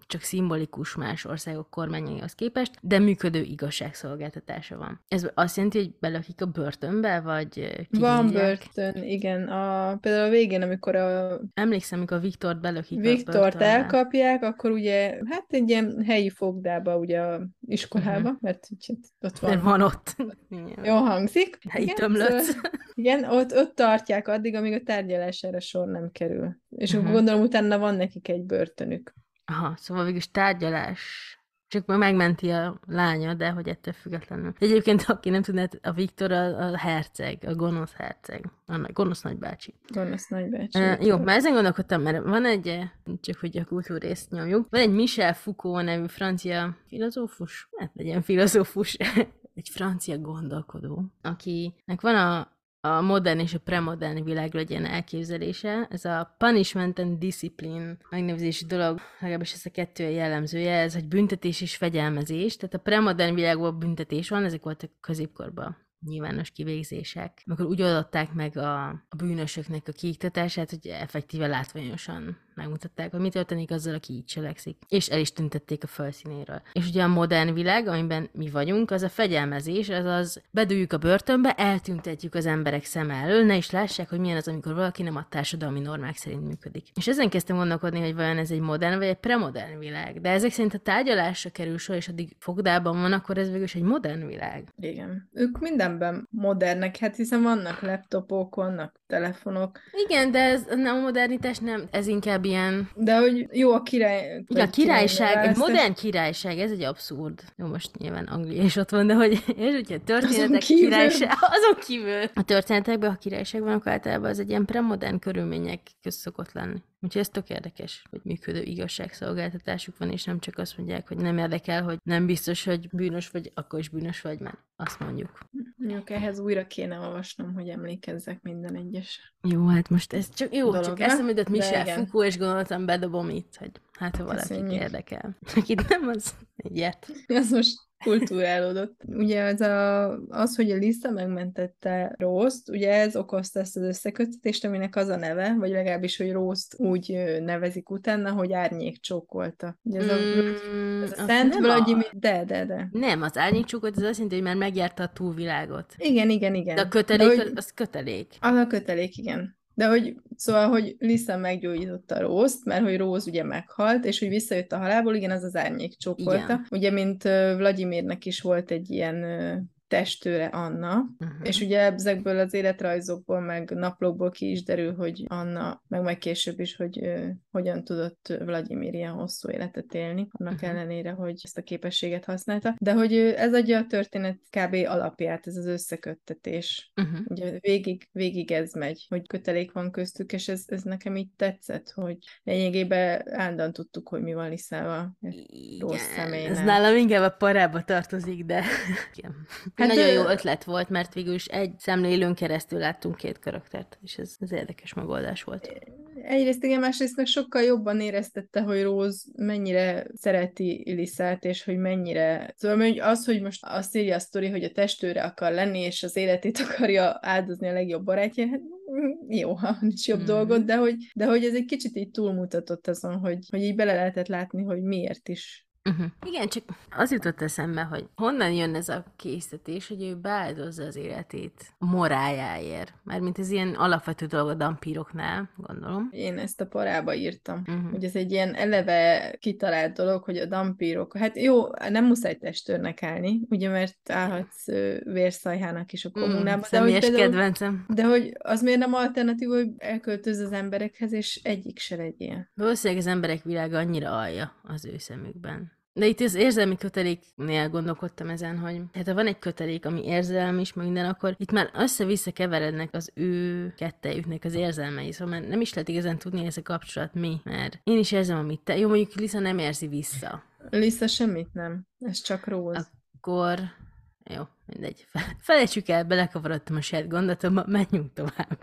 csak szimbolikus más országok kormányaihoz képest, de működő igazságszolgáltatása van. Ez azt jelenti, hogy belakik a börtönbe, vagy Van kivívják? börtön, igen. A, például a végén, amikor a Emlékszem, amikor Viktort belakik a Viktort börtönbe. elkapják, akkor ugye, hát egy ilyen helyi fogdába, ugye a iskolába, Mhm. mert ugye ott Mert van. van ott. Jó hangzik. Helyi Igen, tömlöc. szóval- igen, ott, ott tartják addig, amíg a tárgyalására sor nem kerül. És Mhm. akkor gondolom utána van nekik egy börtönük. Aha, szóval végülis tárgyalás. Csak már megmenti a lánya, de hogy ettől függetlenül. Egyébként, aki nem tudná, a Viktor a, a herceg, a gonosz herceg, a nagy- gonosz nagybácsi. Gonosz nagybácsi. Uh, jó, már ezen gondolkodtam, mert van egy, eh, csak hogy a kultúrészt nyomjuk, van egy Michel Foucault nevű francia filozófus, hát legyen filozófus, egy francia gondolkodó, akinek van a a modern és a premodern világról egy ilyen elképzelése. Ez a punishment and discipline megnevezési dolog, legalábbis ez a kettő a jellemzője, ez egy büntetés és fegyelmezés. Tehát a premodern világban büntetés van, ezek voltak középkorban nyilvános kivégzések. Amikor úgy oldották meg a, a bűnösöknek a kiiktatását, hogy effektíve látványosan megmutatták, hogy mi történik azzal, aki így cselekszik. És el is tüntették a felszínéről. És ugye a modern világ, amiben mi vagyunk, az a fegyelmezés, azaz bedőjük a börtönbe, eltüntetjük az emberek szem elől, ne is lássák, hogy milyen az, amikor valaki nem a társadalmi normák szerint működik. És ezen kezdtem gondolkodni, hogy vajon ez egy modern vagy egy premodern világ. De ezek szerint a tárgyalásra kerül sor, és addig fogdában van, akkor ez végül is egy modern világ. Igen. Ők mindenben modernek, hát hiszen vannak laptopok, vannak telefonok. Igen, de ez nem a modernitás, nem, ez inkább ilyen... De hogy jó a király... Igen, a királyság, egy választás. modern királyság, ez egy abszurd. Jó, most nyilván Anglia is ott van, de hogy és ugye történetek Azon kívül. királyság, azon kívül. A történetekben, ha királyság van, akkor általában az egy ilyen premodern körülmények közt szokott lenni. Úgyhogy ez tök érdekes, hogy működő igazságszolgáltatásuk van, és nem csak azt mondják, hogy nem érdekel, hogy nem biztos, hogy bűnös vagy, akkor is bűnös vagy, mert azt mondjuk. Mondjuk ehhez újra kéne olvasnom, hogy emlékezzek minden egyes. Jó, hát most ez csak jó, Dologra, csak eszembe jutott de Michel igen. Foucault, és gondoltam, bedobom itt, hogy hát ha valakit Köszönjük. érdekel. Akit nem, az egyet. Ez most kultúrálódott. Ugye az, a, az, hogy a Lisa megmentette Rose-t, ugye ez okozta ezt az összeköttetést, aminek az a neve, vagy legalábbis, hogy Rose-t úgy ö, nevezik utána, hogy árnyék csókolta. Ugye ez a, Mm, ez a az Szent nem Vladimir... De, de, de. Nem, az árnyékcsókot az azt jelenti, hogy már megjárta a túlvilágot. Igen, igen, igen. De a kötelék, De, az, hogy, az kötelék. az a kötelék, igen. De hogy, szóval, hogy Lisa meggyógyította Rose-t, mert hogy Rose ugye meghalt, és hogy visszajött a halálból, igen, az az árnyék csókolta. Igen. Ugye, mint uh, Vladimirnek is volt egy ilyen uh, testőre Anna, Uh-huh. és ugye ezekből az életrajzokból, meg naplókból ki is derül, hogy Anna, meg majd később is, hogy uh, hogyan tudott Vladimir ilyen hosszú életet élni, annak Uh-huh. ellenére, hogy ezt a képességet használta. De hogy uh, ez adja a történet kb. Alapját, ez az összeköttetés. Uh-huh. Ugye végig, végig ez megy, hogy kötelék van köztük, és ez, ez nekem így tetszett, hogy lényegében állandóan tudtuk, hogy mi van Liszával. Rossz Igen, személynek. ez nálam inkább a parába tartozik, de igen. Hát Nagyon ő- jó ötlet volt, mert végül is egy szemlélőn keresztül láttunk két karaktert, és ez, ez érdekes megoldás volt. Egyrészt igen, másrészt meg sokkal jobban éreztette, hogy Rose mennyire szereti Lisát, és hogy mennyire... Szóval hogy az, hogy most azt írja a sztori, hogy a testőre akar lenni, és az életét akarja áldozni a legjobb barátja, hát mm, jó, ha nincs jobb Mhm. dolgot, de hogy, de hogy ez egy kicsit így túlmutatott azon, hogy, hogy így bele lehetett látni, hogy miért is. Uh-huh. Igen, csak az jutott eszembe, hogy honnan jön ez a késztetés, hogy ő beáldozza az életét a moráljáért. Mármint ez ilyen alapvető dolog a dampíroknál, gondolom. Én ezt a parába írtam, Uh-huh. hogy ez egy ilyen eleve kitalált dolog, hogy a dampírok, hát jó, nem muszáj testőrnek állni, ugye, mert állhatsz ö, vérszajhának is a kommunában, Mm, de hogy személyes például, kedvencem. de hogy az miért nem alternatív, hogy elköltöz az emberekhez, és egyik se legyél. Valószínűleg az emberek világa annyira alja az ő szemükben. De itt az érzelmi köteléknél gondolkodtam ezen, hogy hát ha van egy kötelék, ami érzelem is, meg minden, akkor itt már össze-vissza keverednek az ő kettejüknek az érzelmei, szóval már nem is lehet igazán tudni, hogy ez a kapcsolat mi, mert én is érzem, amit te. Jó, mondjuk Lisa nem érzi vissza. Lisa semmit nem, ez csak Rose. Akkor... Jó, mindegy. Fe- Felejtsük el, belekavarodtam a saját gondolatomba, menjünk tovább.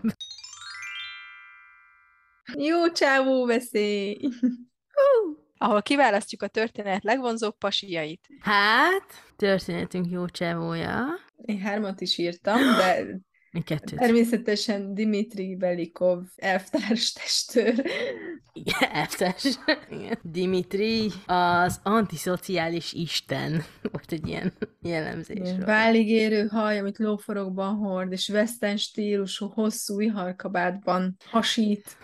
Jó csávó veszély! Ahol kiválasztjuk a történet legvonzóbb pasijait. Hát, történetünk jó csávója. Én hármat is írtam, de Kettőt. Természetesen Dimitri Belikov, elvtárs testőr. Igen, elvtárs. Igen. Dimitri az antiszociális isten. Most egy ilyen jellemzés. Váligérő haj, amit lóforokban hord, és western stílusú, hosszú iharkabátban hasít.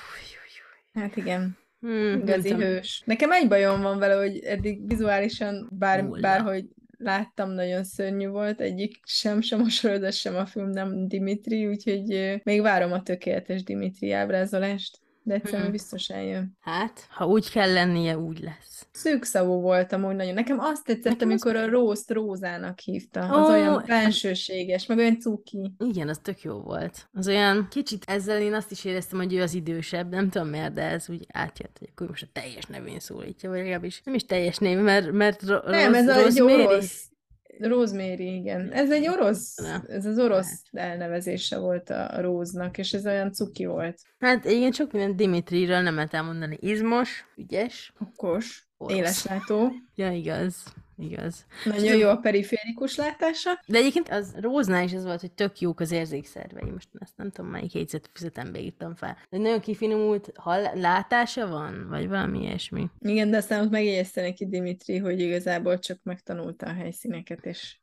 Hát igen. Hmm, Igazi hős. Nekem egy bajom van vele, hogy eddig vizuálisan bár, Nulla. bárhogy láttam, nagyon szörnyű volt. Egyik sem, sem a sorozat, sem a film nem Dimitri, úgyhogy ö, még várom a tökéletes Dimitri ábrázolást. De egyszerűen Hmm. biztos eljön. Hát, ha úgy kell lennie, úgy lesz. Szűkszavú voltam úgy nagyon. Nekem azt tetszett, Nekem az- amikor a Rózt Rózának hívta. Az Ó, olyan bensőséges, meg olyan cuki. Igen, az tök jó volt. Az olyan kicsit ezzel én azt is éreztem, hogy ő az idősebb, nem tudom miért, de ez úgy átjött, hogy akkor most a teljes nevén szólítja, vagy legalábbis nem is teljes név, mert, mert ro- Nem, ez Rose- a- egy Rosemary- orosz. Rosemary, igen. Ez egy orosz, Na. ez az orosz elnevezése volt a Róznak, és ez olyan cuki volt. Hát igen, sok minden Dimitriről nem lehet elmondani. Izmos, ügyes. Okos, Orosz. éleslátó. Ja, igaz. Igaz. Nagyon jó a periférikus látása. De egyébként az Róznál is az volt, hogy tök jók az érzékszervei. Most ezt nem tudom, melyik jegyzetfüzetembe írtam fel. De nagyon kifinomult hall- látása van? Vagy valami ilyesmi. Igen, de aztán ott megjegyezte neki Dimitri, hogy igazából csak megtanulta a helyszíneket, és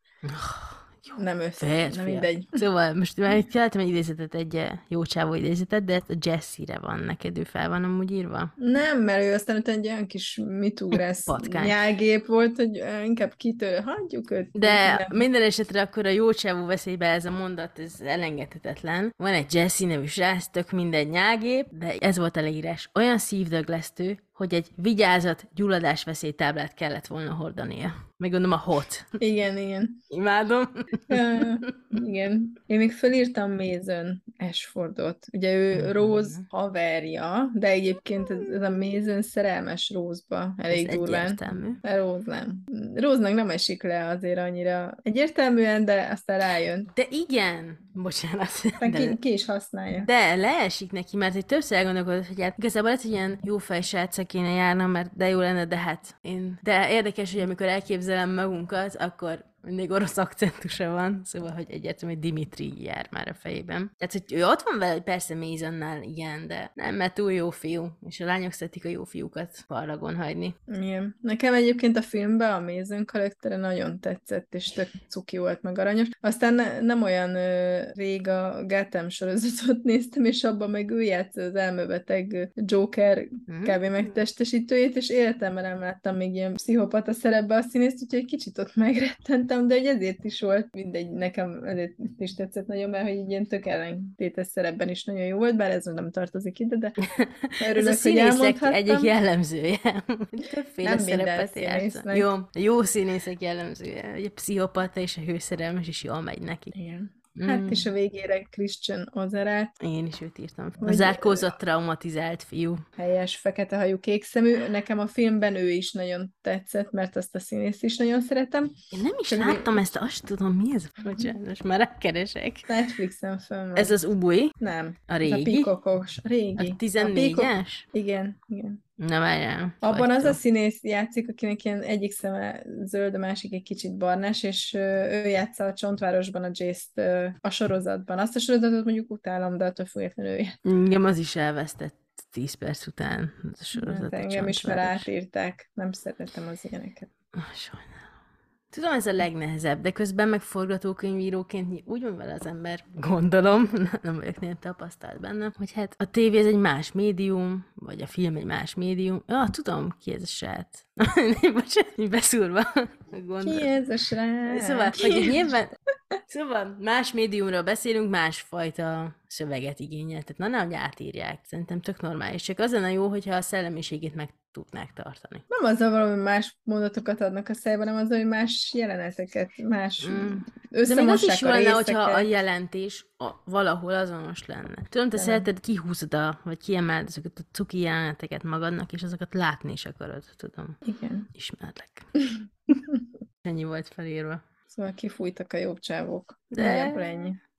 Jó. nem össze, Férfi. nem mindegy. Szóval most már itt találtam egy idézetet, egy eh, jó csávó idézetet, de a Jessie-re van neked, ő fel van amúgy írva. Nem, mert ő aztán utána egy olyan kis mitugrász Patkány. nyálgép volt, hogy eh, inkább kitől hagyjuk őt. De Nem. minden esetre akkor a jó csávó veszélybe ez a mondat, ez elengedhetetlen. Van egy Jessie nevű srác, tök mindegy nyágép, de ez volt a leírás. Olyan szívdöglesztő, hogy egy vigyázat, gyulladásveszélytáblát kellett volna hordania. Meg gondolom a hot. Igen, igen. Imádom. Uh, igen. Én még fölírtam Mason Ashfordot. Ugye ő Mhm. Rose haverja, de egyébként ez, ez a Mason szerelmes Rose-ba elég Ez durván. egyértelmű. De Rose nem. Rose-nak nem esik le azért annyira egyértelműen, de aztán rájön. De igen, bocsánat. Aztán De, ki, ki is használja. de leesik neki, mert egy többször elgondolkodott, hogy hát igazából lehet, hogy ilyen jó fejsráccal kéne járnom, mert de jó lenne, de hát én... De érdekes, hogy amikor elképzelem magunkat, akkor mindig orosz akcentusa van, szóval, hogy egyértelmű, hogy Dimitri jár már a fejében. Tehát, hogy ő ott van vele, hogy persze Masonnál, igen, de nem, mert túl jó fiú, és a lányok szeretik a jó fiúkat parlagon hagyni. Igen. Nekem egyébként a filmben a Mason karaktere nagyon tetszett, és tök cuki volt, meg aranyos. Aztán ne, nem olyan ö, rég a Gotham sorozatot néztem, és abban meg ő játszott az elmebeteg Joker Hmm. kb. Megtestesítőjét, és életemben nem láttam még ilyen pszichopata szerepbe a színészt, úgyhogy egy kicsit ott megrettentem, de hogy ezért is volt, mindegy, nekem ezért is tetszett nagyon, mert hogy egy ilyen tök ellentétes szerepben is nagyon jó volt, bár ez nem tartozik ide, de Ez örülök, a hogy színészek elmondhattam. egyik jellemzője. Többféle Nem minden szerepet játszik. színésznek. Jó, a jó színészek jellemzője. Ugye a pszichopata és a hőszerelmes is jól megy neki. Igen. Mm. Hát és a végére Christian Ozerát, Én is őt írtam. A Hogy- zárkózott, traumatizált fiú. helyes, fekete hajú, kék szemű. Nekem a filmben ő is nagyon tetszett, mert azt a színészt is nagyon szeretem. Én nem is Csak láttam ezt, azt tudom, mi ez? Bocsánat, most már rákeresek. Netflixen fönn van. Ez az Ubui, Nem. a Ez a régi, pikokos. A régi. a A pikok- tizennégyes? Igen, igen. Na várjál. Abban az a Fagytó. színész játszik, akinek ilyen egyik szeme zöld, a másik egy kicsit barnás, és ö, ő játsza a Csontvárosban a Jace-t ö, a sorozatban. Azt a sorozatot mondjuk utálom, de attól függetlenül ő játszik. Engem az is elvesztett tíz perc után. Ez a sorozat. Hát a engem is már Csontváros. átírták. Nem szeretem az ilyeneket. Ah, sajnálom. Tudom, ez a legnehezebb, de közben meg forgatókönyvíróként úgy van vele az ember, gondolom, nem vagyok néha tapasztalt benne, hogy hát a tévé ez egy más médium, vagy a film egy más médium. Ja, tudom, ki ez a srác. Bocsánat, így beszúrva gondolom. Ki ez a srác? Szóval, hogy így nyilván, szóval más médiumról beszélünk, másfajta szöveget igényel. Tehát na, nehogy átírják. Szerintem tök normális. Csak az lenne jó, hogyha a szellemiségét meg tudnák tartani. Nem azzal valami más mondatokat adnak a szájba, hanem azzal, hogy más jeleneteket, más Mm. mm. De még az összemossák is jó a lenne, részeket. hogyha a jelentés a, valahol azonos lenne. Tudom, te De szereted kihúzod a, vagy kiemeld azokat a cuki jeleneteket magadnak, és azokat látni is akarod, tudom. Igen. Ismerlek. Ennyi volt felírva. Szóval kifújtak a jobb csávók. De- Nagyjából ennyi. De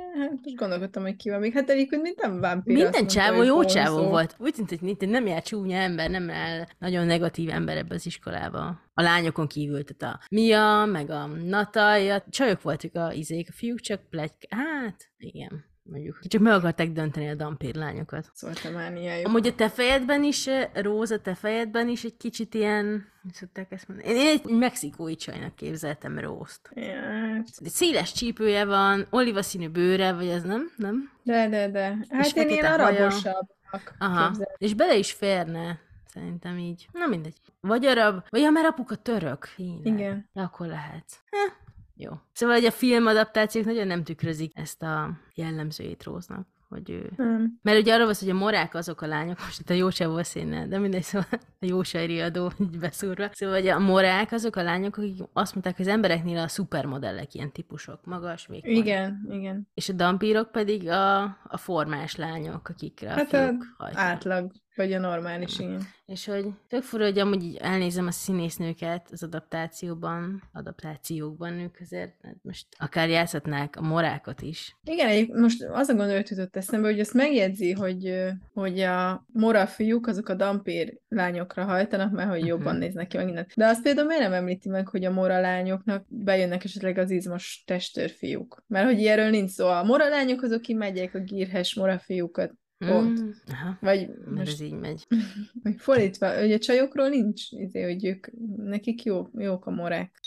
Hát most gondolkodtam, hogy ki van még. Hát egyébként minden vámpír azt Minden mondta, csávó hogy jó vonzó. csávó volt. Úgy tűnt, hogy itt nem jár csúnya ember, nem áll nagyon negatív ember ebbe az iskolába. A lányokon kívül, tehát a Mia, meg a Natalia, csajok voltak a izék, a fiúk csak plegy... Hát, igen. Mondjuk. Csak meg akarták dönteni a dampír lányokat. Szólt a mániájuk. Amúgy a te fejedben is, Róza, te fejedben is egy kicsit ilyen, mit szokták ezt mondani? Én egy mexikói csajnak képzeltem Rózt. Ja, hát. Egy széles csípője van, oliva színű bőre, vagy ez nem? Nem? De, de, de. Hát És én ilyen fekete haja. arabosabbnak Aha. képzelem. És bele is férne, szerintem így. Na mindegy. Vagy arab, vagy ja, mert apuka török. Tényleg. Igen. Ja, akkor lehet. Heh. Jó. Szóval, hogy a filmadaptációk nagyon nem tükrözik ezt a jellemzőjét Róznak, hogy ő... Nem. Mert ugye arról van, hogy a morák azok a lányok, most itt a Jósával színnel, de mindegy, szóval a Jósai adó így beszúrva. Szóval, hogy a morák azok a lányok, akik azt mondták, hogy az embereknél a szupermodellek ilyen típusok, magas, vékony. Igen, igen. És a dampírok pedig a, a formás lányok, akikre a Hát a fiúk hajtanak. átlag, vagy a normális, igen. És hogy tök fura, hogy amúgy így elnézem a színésznőket az adaptációban, adaptációkban ők azért, hát most akár játszhatnák a morákat is. Igen, egy, most az a gondolat jutott eszembe, hogy azt megjegyzi, hogy, hogy a mora fiúk azok a dampír lányokra hajtanak, mert hogy jobban Uh-huh. néznek ki meg innen. De azt például miért nem említi meg, hogy a mora lányoknak bejönnek esetleg az izmos testőr fiúk? Mert hogy ilyenről nincs szó. A mora lányok azok kimegyek a gírhes mora fiúkat. Pont. Mm, aha, Vagy mert most ez így megy. vagy fordítva, hogy a csajokról nincs, izé, hogy ők, nekik jó, jók a morák.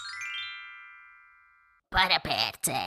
Para perce!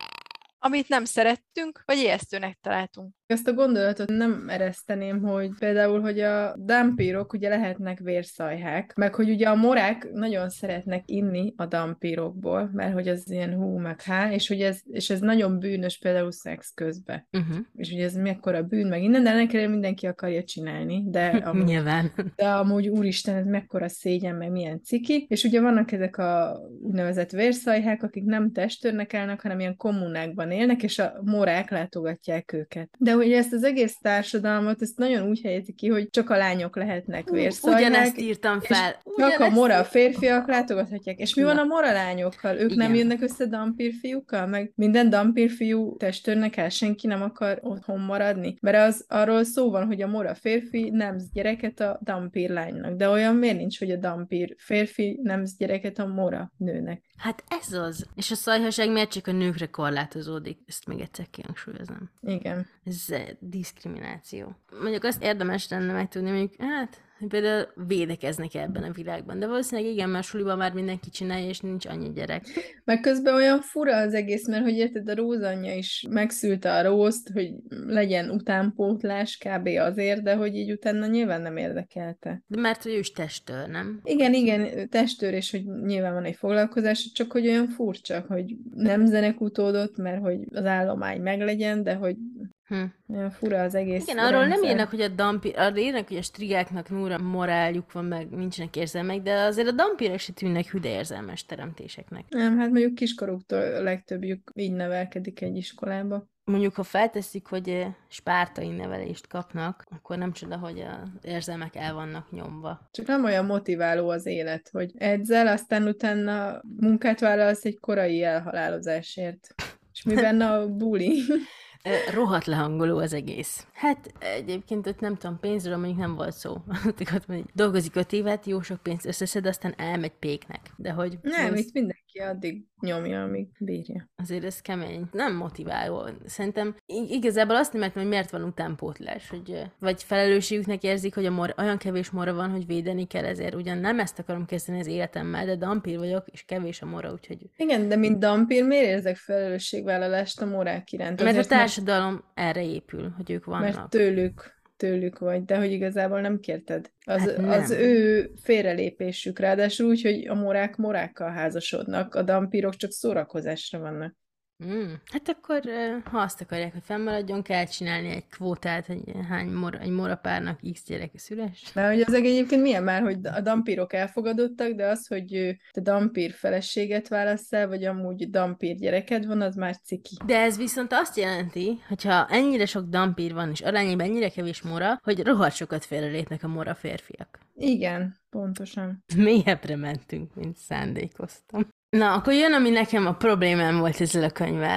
Amit nem szerettünk, vagy ijesztőnek találtunk. Ezt a gondolatot nem ereszteném, hogy például, hogy a dampírok ugye lehetnek vérszajhák, meg hogy ugye a morák nagyon szeretnek inni a dampírokból, mert hogy az ilyen hú, meg há, és hogy ez, és ez nagyon bűnös például szex közben. Uh-huh. És ugye ez mekkora bűn, meg innen, de ennek ellenére mindenki akarja csinálni, de amúgy, Nyilván. de amúgy úristen, ez mekkora szégyen, meg milyen ciki. És ugye vannak ezek a úgynevezett vérszajhák, akik nem testőrnek állnak, hanem ilyen kommunákban élnek, és a morák látogatják őket. De ugye ezt az egész társadalmat, ezt nagyon úgy helyezik ki, hogy csak a lányok lehetnek vérszajhák. Ugyanezt írtam fel. Csak Ugyanezt a mora írtam. férfiak látogathatják. És mi Na. van a mora lányokkal? Ők Igen. nem jönnek össze dampír fiúkkal? Meg minden dampír fiú testőrnek el, senki nem akar otthon maradni? Mert az, arról szó van, hogy a mora férfi nemz gyereket a dampír lánynak. De olyan miért nincs, hogy a dampír férfi nemz gyereket a mora nőnek? Hát ez az. És a szajhaság miért csak a nőkre korlátozódik? Ezt még egyszer kihangsúlyozom. Igen. Ez eh, diszkrimináció. Mondjuk azt érdemes lenne megtudni, mondjuk, hát, hogy például védekeznek ebben a világban. De valószínűleg igen, mert suliban már mindenki csinálja, és nincs annyi gyerek. Meg közben olyan fura az egész, mert hogy érted, a Róz anyja is megszülte a Rózt, hogy legyen utánpótlás kb. Azért, de hogy így utána nyilván nem érdekelte. De mert hogy ő is testőr, nem? Igen, igen, testőr, és hogy nyilván van egy foglalkozás, csak hogy olyan furcsa, hogy nem zenekutódott, mert hogy az állomány meglegyen, de hogy Hm. olyan fura az egész Igen, arról nem rendszer. írnak, hogy a dampír, arról írnak, hogy a strigáknak núra moráljuk van, meg nincsenek érzelmek, de azért a dampírok se tűnnek hüde érzelmes teremtéseknek. Nem, hát mondjuk kiskoruktól a legtöbbjük így nevelkedik egy iskolába. Mondjuk, ha felteszik, hogy eh, spártai nevelést kapnak, akkor nem csoda, hogy az érzelmek el vannak nyomva. Csak nem olyan motiváló az élet, hogy edzel, aztán utána munkát vállalsz egy korai elhalálozásért. És mi benne a buli? Eh, Rohadt lehangoló az egész. Hát egyébként ott nem tudom, pénzről mondjuk nem volt szó. Ott mondjuk, dolgozik öt évet, jó sok pénzt összeszed, aztán elmegy péknek. De hogy Nem, ez, itt mindenki addig nyomja, amíg bírja. azért ez kemény. Nem motiváló. Szerintem ig- igazából azt nem értem, hogy miért van utánpótlás, hogy eh, vagy felelősségüknek érzik, hogy a mor, olyan kevés mora van, hogy védeni kell, ezért ugyan nem ezt akarom kezdeni az életemmel, de dampír vagyok, és kevés a mora, úgyhogy... Igen, de mint dampír, miért érzek felelősségvállalást a morák iránt? Mert a Azért, társadalom erre épül, hogy ők vannak. mert tőlük, tőlük vagy, de hogy igazából nem kérted. Az, Hát nem. az ő félrelépésük, ráadásul úgy, hogy a morák morákkal házasodnak, a dampírok csak szórakozásra vannak. Mm. Hát akkor, eh, ha azt akarják, hogy fennmaradjon, kell csinálni egy kvótát, hogy hány mora, egy morapárnak X gyereke szüles. Mert hogy az egyébként milyen már, hogy a dampírok elfogadottak, de az, hogy ö, te dampír feleséget válasszál, vagy amúgy dampír gyereked van, az már ciki. De ez viszont azt jelenti, hogyha ennyire sok dampír van, és arányában ennyire kevés mora, hogy rohadt sokat félrelépnek a mora férfiak. Igen, pontosan. Mélyebbre mentünk, mint szándékoztam. Na, akkor jön, ami nekem a problémám volt ezzel a könyvvel.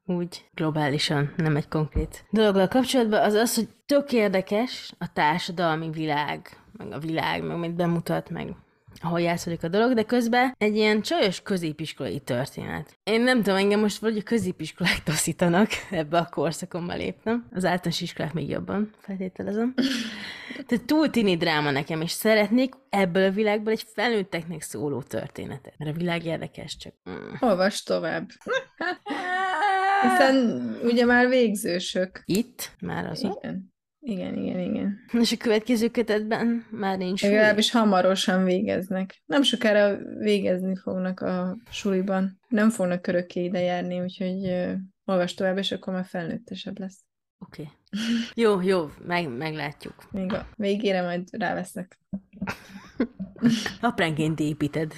úgy globálisan, nem egy konkrét dologgal kapcsolatban, az az, hogy tök érdekes a társadalmi világ, meg a világ, meg mit bemutat, meg ahol játszódik a dolog, de közben egy ilyen csajos középiskolai történet. Én nem tudom, engem most valahogy a középiskolák taszítanak, ebbe a korszakomba léptem. Az általános iskolák még jobban, feltételezem. Tehát túl tini dráma nekem, és szeretnék ebből a világból egy felnőtteknek szóló történetet. Mert a világ érdekes, csak... Mm. Olvasd tovább. Hiszen ugye már végzősök. Itt? Már azon? Igen. Igen, igen, igen. És a következő kötetben már nincs súly. Legalábbis hamarosan végeznek. Nem sokára végezni fognak a suliban. Nem fognak örökké ide járni, úgyhogy uh, olvasd tovább, és akkor már felnőttesebb lesz. Oké. Okay. Jó, jó, meg, meglátjuk. Még a végére majd ráveszek. Apránként építed.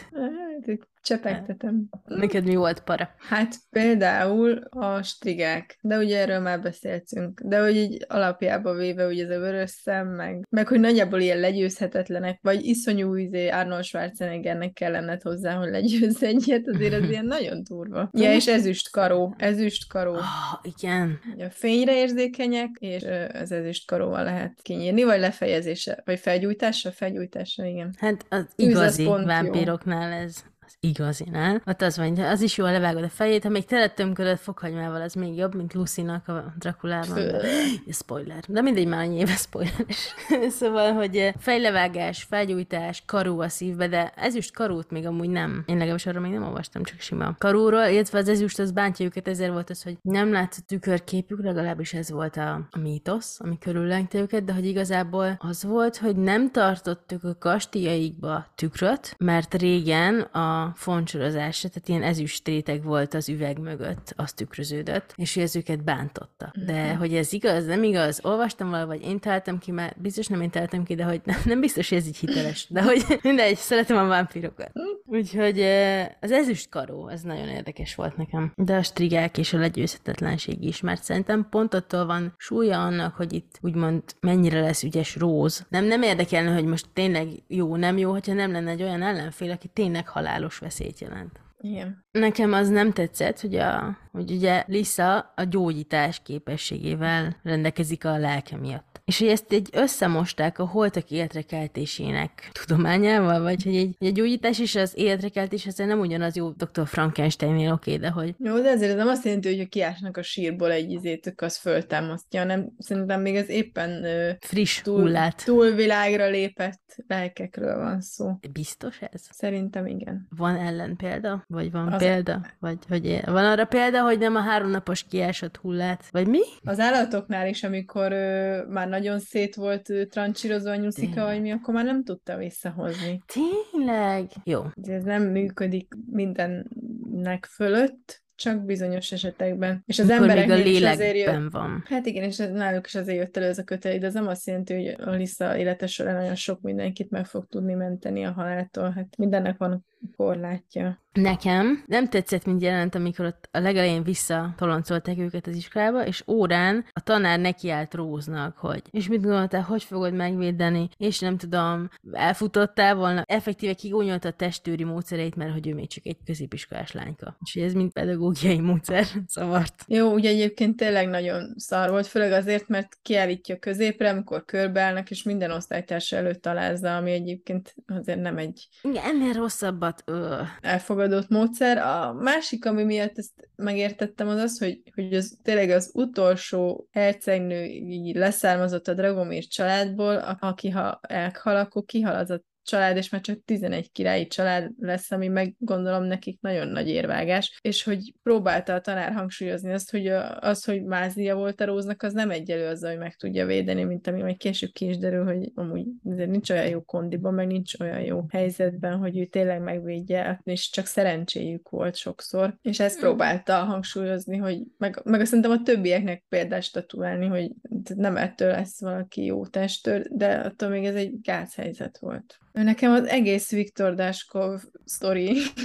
Csepegtetem. Neked mi volt para? Hát például a strigák, de ugye erről már beszéltünk, de hogy így alapjába véve ugye ez a vörös szem, meg, meg hogy nagyjából ilyen legyőzhetetlenek, vagy iszonyú izé Arnold Schwarzeneggernek kellene hozzá, hogy legyőzz egyet, azért az ilyen nagyon durva. Ja, és ezüst karó, ezüst karó. Oh, igen. A fényre érzékenyek, és az ezüst karóval lehet kinyírni, vagy lefejezése, vagy felgyújtása, felgyújtása, igen. Hát az igazi vámpíroknál ez... az igazinál. Ott az van, az is jól levágod a fejét, ha még tele tömködött fokhagymával, az még jobb, mint Lucy-nak a Drakulában. De... spoiler. De mindegy, már annyi éve spoileres. Szóval, hogy fejlevágás, felgyújtás, karó a szívbe, de ezüst karót még amúgy nem. Én legalábbis arra még nem olvastam, csak sima karóról, illetve az ezüst az bántja őket, ezért volt az, hogy nem látszott tükörképük, legalábbis ez volt a, a mítosz, ami körüllengte őket, de hogy igazából az volt, hogy nem tartottuk a kastélyaikba tükröt, mert régen a foncsorozásra, tehát ilyen ezüst réteg volt az üveg mögött, az tükröződött, és hogy ez őket bántotta. De uh-huh. hogy ez igaz, nem igaz, olvastam valahogy, vagy én találtam ki, már biztos nem én találtam ki, de hogy nem, nem biztos, hogy ez így hiteles, de hogy mindegy, szeretem a vámpírokat. Úgyhogy az ezüst karó, ez nagyon érdekes volt nekem. De a strigák és a legyőzhetetlenség is, mert szerintem pont attól van súlya annak, hogy itt úgymond mennyire lesz ügyes Róz. Nem, nem érdekelne, hogy most tényleg jó, nem jó, hogyha nem lenne egy olyan ellenfél, aki tényleg halálos veszélyt jelent. Igen. Nekem az nem tetszett, hogy, a, hogy ugye Lisa a gyógyítás képességével rendelkezik a lelke miatt. És hogy ezt egy összemosták a holtak életrekeltésének tudományával, vagy hogy egy, egy gyógyítás és az életrekeltés azért nem ugyanaz, jó, doktor Frankensteinnél oké, okay, de hogy... Jó, de ezért nem azt jelenti, hogy ha kiásnak a sírból egy izétök, az föltámasztja, hanem szerintem még az éppen friss túl, hullát. túlvilágra lépett lelkekről van szó. Biztos ez? Szerintem igen. Van ellenpélda? Vagy van az példa? Vagy hogy van arra példa, hogy nem a háromnapos kiásott hullát? Vagy mi? Az állatoknál is, amikor ö, már nagyon szét volt ö, trancsírozva a nyuszika, vagy mi, akkor már nem tudta visszahozni. Tényleg? Jó. Ez nem működik mindennek fölött, csak bizonyos esetekben. És az amikor még a lélekben jött... van. Hát igen, és náluk is azért jött elő ez a kötelék, de az nem azt jelenti, hogy a Lisa élete során nagyon sok mindenkit meg fog tudni menteni a haláltól. Hát mindennek van korlátja. Nekem nem tetszett, mint jelent, amikor ott a legelején visszatoloncolták őket az iskolába, és órán a tanár nekiállt Róznak, hogy és mit gondoltál, hogy fogod megvédeni, és nem tudom, elfutottál volna, effektíve kigónyolta a testőri módszereit, mert hogy ő még csak egy középiskolás lányka. És ez mind pedagógiai módszer szavart. Jó, ugye egyébként tényleg nagyon szar volt, főleg azért, mert kiállítja középre, amikor körbeállnak, és minden osztálytársa előtt alázza, ami egyébként azért nem egy... Igen, ennél rosszabbat. Ö. elfogadott módszer. A másik, ami miatt ezt megértettem, az az, hogy, hogy az tényleg az utolsó hercegnő így leszármazott a Dragomir családból, aki ha elhal, akkor kihal az a család, és már csak tizenegy királyi család lesz, ami meg gondolom nekik nagyon nagy érvágás, és hogy próbálta a tanár hangsúlyozni azt, hogy a, az, hogy mázlia volt a Róznak, az nem egyelő azzal, hogy meg tudja védeni, mint ami majd később ki is derül, hogy amúgy nincs olyan jó kondiban, meg nincs olyan jó helyzetben, hogy ő tényleg megvédje, és csak szerencséjük volt sokszor, és ezt próbálta hangsúlyozni, hogy meg, meg azt szerintem a többieknek példát statuálni, hogy nem ettől lesz valaki jó testőr, de attól még ez egy gázhelyzet volt. Nekem az egész Viktor Daskov sztori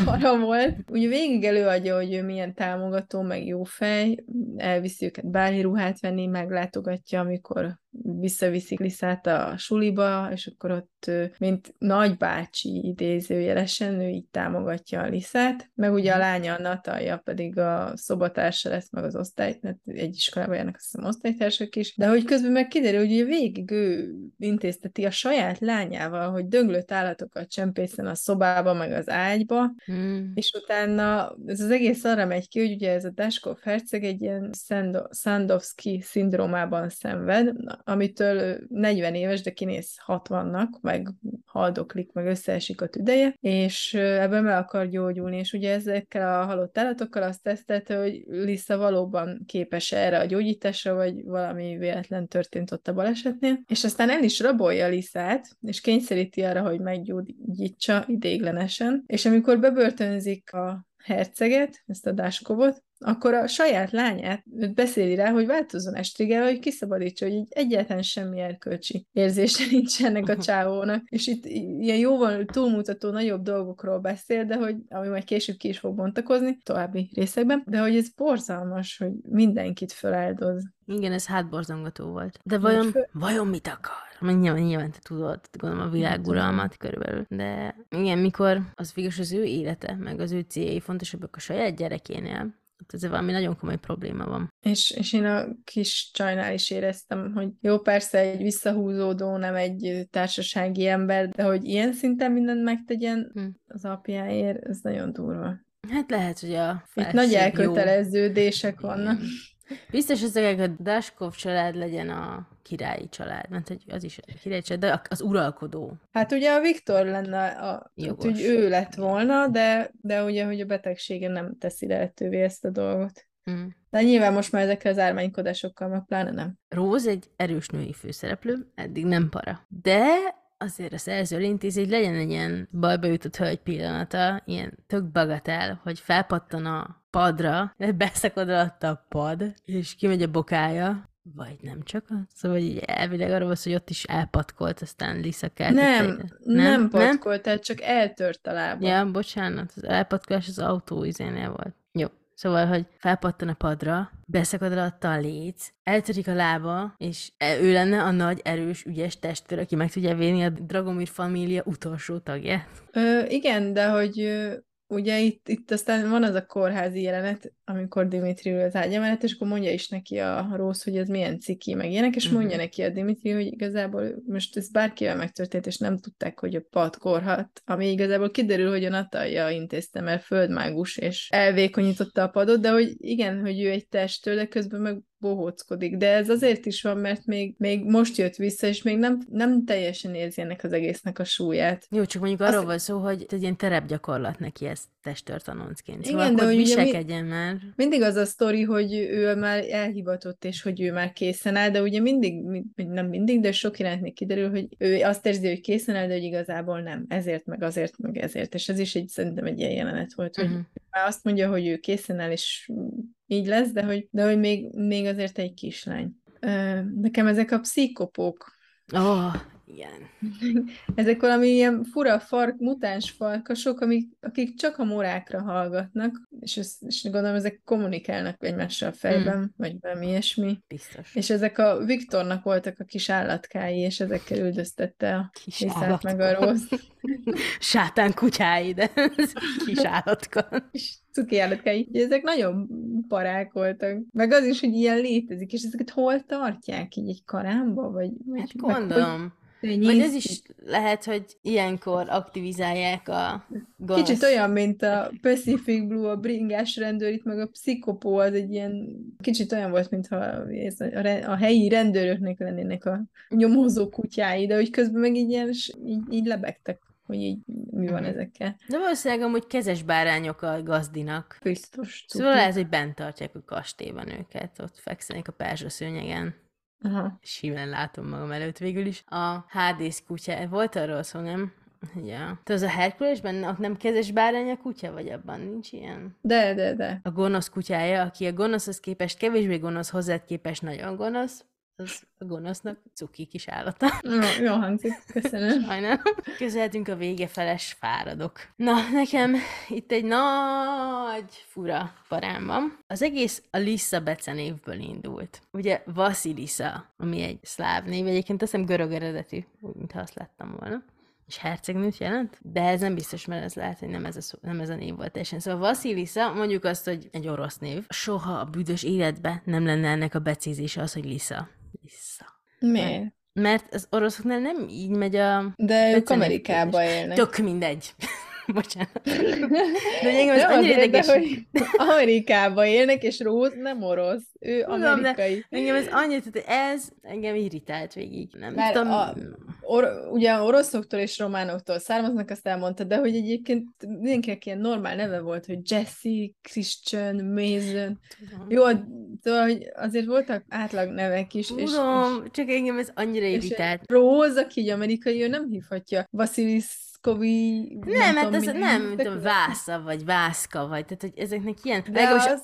para volt. Ugye végig előadja, hogy ő milyen támogató, meg jó fej, elviszi őket báli ruhát venni, meglátogatja, amikor visszaviszik Liszát a suliba, és akkor ott, ő, mint nagybácsi idézőjelesen, ő így támogatja a Liszát, meg ugye a lánya, a Natalja pedig a szobatársa lesz, meg az osztály, egy iskolában járnak, azt hiszem, osztálytársak is, de hogy közben meg kiderül, hogy ugye végig ő intézteti a saját lányával, hogy döglött állatokat csempészen a szobába, meg az ágyba, Hmm. és utána ez az egész arra megy ki, hogy ugye ez a Dashkov herceg egy ilyen Szando- Szandovszky szindrómában szenved, amitől negyven éves, de kinéz hatvannak, meg haldoklik, meg összeesik a tüdeje, és ebből meg akar gyógyulni, és ugye ezekkel a halott állatokkal azt tesztelte, hogy Lisa valóban képes erre a gyógyításra, vagy valami véletlen történt ott a balesetnél, és aztán el is rabolja Lisát, és kényszeríti arra, hogy meggyógyítsa ideiglenesen, és amikor bebörtönzik a herceget, ezt a Dashkovot, akkor a saját lányát beszéli rá, hogy változzon Estrigel, hogy kiszabadítsa, hogy így egyáltalán semmi erkölcsi érzése nincs ennek a csávónak. És itt ilyen jóval túlmutató nagyobb dolgokról beszél, de hogy, ami majd később ki is fog bontakozni, további részekben, de hogy ez borzalmas, hogy mindenkit feláldoz. Igen, ez hátborzongató volt. De vajon, Fő- vajon mit akar? Nyilván, nyilván te tudod, gondolom a világuralmat körülbelül. De igen, mikor az végül az ő élete, meg az ő céljai fontosabbak a saját gyerekénél, ott ez valami nagyon komoly probléma van. És, és én a kis csajnál is éreztem, hogy jó, persze egy visszahúzódó, nem egy társasági ember, de hogy ilyen szinten mindent megtegyen Hm. az apjáért, ez nagyon durva. Hát lehet, hogy a Itt felsőbb nagy jó- elköteleződések vannak. Igen. Biztos az a Dashkov család legyen a királyi család, mert hogy az is a királyi család, de az uralkodó. Hát ugye a Viktor lenne, a, Jogos. hogy ő lett volna, de, de ugye, hogy a betegsége nem teszi lehetővé ezt a dolgot. Mm. De nyilván most már ezekkel az ármánykodásokkal meg pláne nem. Rose egy erős női főszereplő, eddig nem para. De azért a szerző elintézi, hogy legyen egy ilyen bajba jutott hölgy pillanata, ilyen tök bagatel, hogy felpattan a padra, beszakad alatt a pad, és kimegy a bokája, vagy nem csak az. Szóval így elvileg arról volt, hogy ott is elpatkolt, aztán Lisa keltette. Nem, ide. nem, nem patkolt, tehát csak eltört a lába. Ja, bocsánat, az elpatkolás az autó izénél volt. Jó. Szóval, hogy felpattan a padra, beszakad alatta a léc, eltörik a lába, és ő lenne a nagy, erős, ügyes testőr, aki meg tudja védeni a Dragomir família utolsó tagját. Ö, igen, de hogy ö, ugye itt, itt aztán van az a kórházi jelenet, amikor Dimitri ül az ágya mellett, és akkor mondja is neki a Rose, hogy ez milyen ciki, meg ilyenek, és Mhm. mondja neki a Dimitri, hogy igazából most ez bárkivel megtörtént, és nem tudták, hogy a pad korhat, ami igazából kiderül, hogy a Natalja intézte, mert földmágus, és elvékonyította a padot, de hogy igen, hogy ő egy testő, de közben meg bohóckodik. De ez azért is van, mert még, még most jött vissza, és még nem, nem teljesen érzi ennek az egésznek a súlyát. Jó, csak mondjuk arról Azt- volt szó, hogy egy ilyen terepgyakorlat neki ezt testőrtanoncként. Szóval Igen, de akkor hogy ugye mi- viselkedjen már. Mindig az a sztori, hogy ő már elhivatott, és hogy ő már készen áll, de ugye mindig, mi- nem mindig, de sok jelentnél kiderül, hogy ő azt érzi, hogy készen áll, de hogy igazából nem. Ezért, meg azért, meg ezért. És ez is egy, szerintem egy ilyen jelenet volt, hogy Mhm. már azt mondja, hogy ő készen áll, és így lesz, de hogy, de hogy még, még azért egy kislány. Ö, Nekem ezek a pszichopók, Ó, oh, igen. ezek valami ilyen fura fark, mutáns farkasok, amik, akik csak a morákra hallgatnak, és, ez, és gondolom, ezek kommunikálnak egymással fejben, Mm. vagy valami ilyesmi. Biztos. És ezek a Viktornak voltak a kis állatkái, és ezekkel üldöztette a Kis Liszát meg a állatka. Rose. Sátán kutyái, de ez kis állatka. Kis cuki állatkái. Ugye ezek nagyon parák voltak. Meg az is, hogy ilyen létezik, és ezeket hol tartják? Így egy karámba? Vagy, vagy Hát meg hogy- gondolom. hogy Vagy ez nyíz- is lehet, hogy ilyenkor aktivizálják a gonosz. Kicsit olyan, mint a Pacific Blue, a bringás rendőr, itt meg a pszichopó, az egy ilyen, kicsit olyan volt, mintha ez a, a, re- a helyi rendőröknek lennének a nyomozó kutyái, de hogy közben meg így, ilyen, s- így, így lebegtek, hogy így mi van Mhm. ezekkel. De valószínűleg amúgy kezes bárányok a gazdinak. Biztos. Szóval cuki. lehet, hogy bent tartják a kastélyban őket, ott fekszenek a perzsaszőnyegen. Aha. Simán látom magam előtt végül is. A Hádész kutya, volt arról szó, nem? Ja. Te az a Herkulesben ott nem kezes bárány a kutya, vagy abban nincs ilyen? De, de, de. A gonosz kutyája, aki a gonoszhoz képest kevésbé gonosz, hozzád képest nagyon gonosz, az a gonosznak cuki kis állata. Jó, jó hangzik, köszönöm. Sajnálom. Közeltünk a vége feles fáradok. Na, nekem itt egy nagy fura parám van. Az egész a Lisa becenévből indult. Ugye Vasilisa, ami egy szláv név, egyébként azt hiszem görög eredetű, úgy, mintha azt láttam volna. És hercegnőt jelent? De ez nem biztos, mert ez lehet, hogy nem ez a, szó, nem ez a név volt teljesen. Szóval Vasilisa, mondjuk azt, hogy egy orosz név. Soha a büdös életben nem lenne ennek a becézése az, hogy Lisa. Lisa. Miért? Mert az oroszoknál nem így megy a... De ők becenév Amerikába kérdés. élnek. Tök mindegy. Bocsánat. De engem ez Nem annyira azért, de érdekes. hogy Amerikába élnek, és Rose nem orosz. Ő Tudom, de amerikai. engem ez annyira, hogy ez engem irritált végig. Nem Mert tudom. a, or, ugye oroszoktól és románoktól származnak, azt elmondta, de hogy egyébként mindenkinek ilyen normál neve volt, hogy Jesse, Christian, Mason. Tudom. Jó, szóval, hogy azért voltak átlag nevek is. És, Tudom, csak engem ez annyira és, és irritált. Rose, aki egy amerikai, ő nem hívhatja Vasilis Kovi, Nem, hát tudom, ez mi- nem, mint tök- a Vásza, vagy Vászka, vagy, tehát, hogy ezeknek ilyen... De Legalábbis az-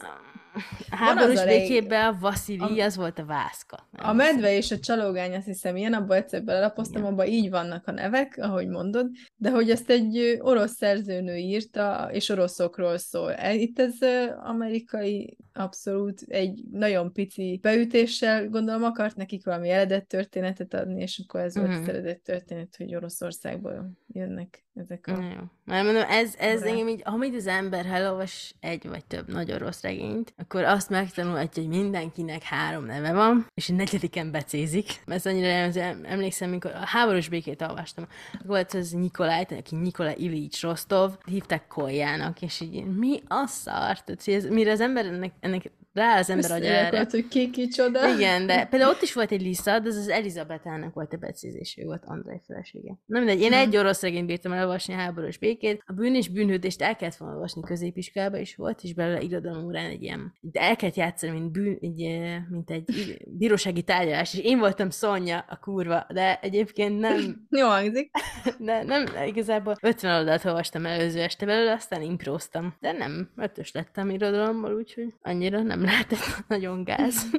a háborús az a rég- békében a Vasili, a- az volt a Vászka. Nem A medve és a csalogány, azt hiszem, ilyen, abban egyszer belelapoztam, Igen. abban így vannak a nevek, ahogy mondod, de hogy ezt egy ö, orosz szerzőnő írta, és oroszokról szól. E- Itt ez ö, amerikai, abszolút egy nagyon pici beütéssel, gondolom akart nekik valami eredet történetet adni, és akkor ez volt Mhm. az eredet történet, hogy Oroszországból jönnek ezek a... Na jó. Már mondom, ez, ez Barát. engem így, ha így az ember elolvas egy vagy több nagyon rossz regényt, akkor azt megtanulhatja, hogy mindenkinek három neve van, és a negyediken becézik. Mert ez annyira em- emlékszem, amikor a háborús békét olvastam, akkor volt az Nikolaj, aki Nikolaj Ilyics Rostov, hívták Koljának, és így mi a szart? Tehát, hogy ez, mire az ember ennek, ennek rá az ember agyára. Összerakott, hogy ki kicsoda. Igen, de például ott is volt egy Lisa, de az az Elizabethának volt a becézés, ő volt Andrej felesége. Na mindegy, én egy orosz regényt bírtam elolvasni, a háborús békét. A bűn és bűnhődést el kellett volna olvasni középiskolában, és volt is belőle irodalom órán egy ilyen, de el kellett játszani, mint, bűn, egy, eh, mint egy bírósági tárgyalás, és én voltam Szonya, a kurva, de egyébként nem, Jó hangzik. de nem, igazából ötven oldalt olvastam előző este belőle, aztán impróztam. De nem, ötös lettem irodalomból, úgyhogy annyira nem lehetett nagyon gáz.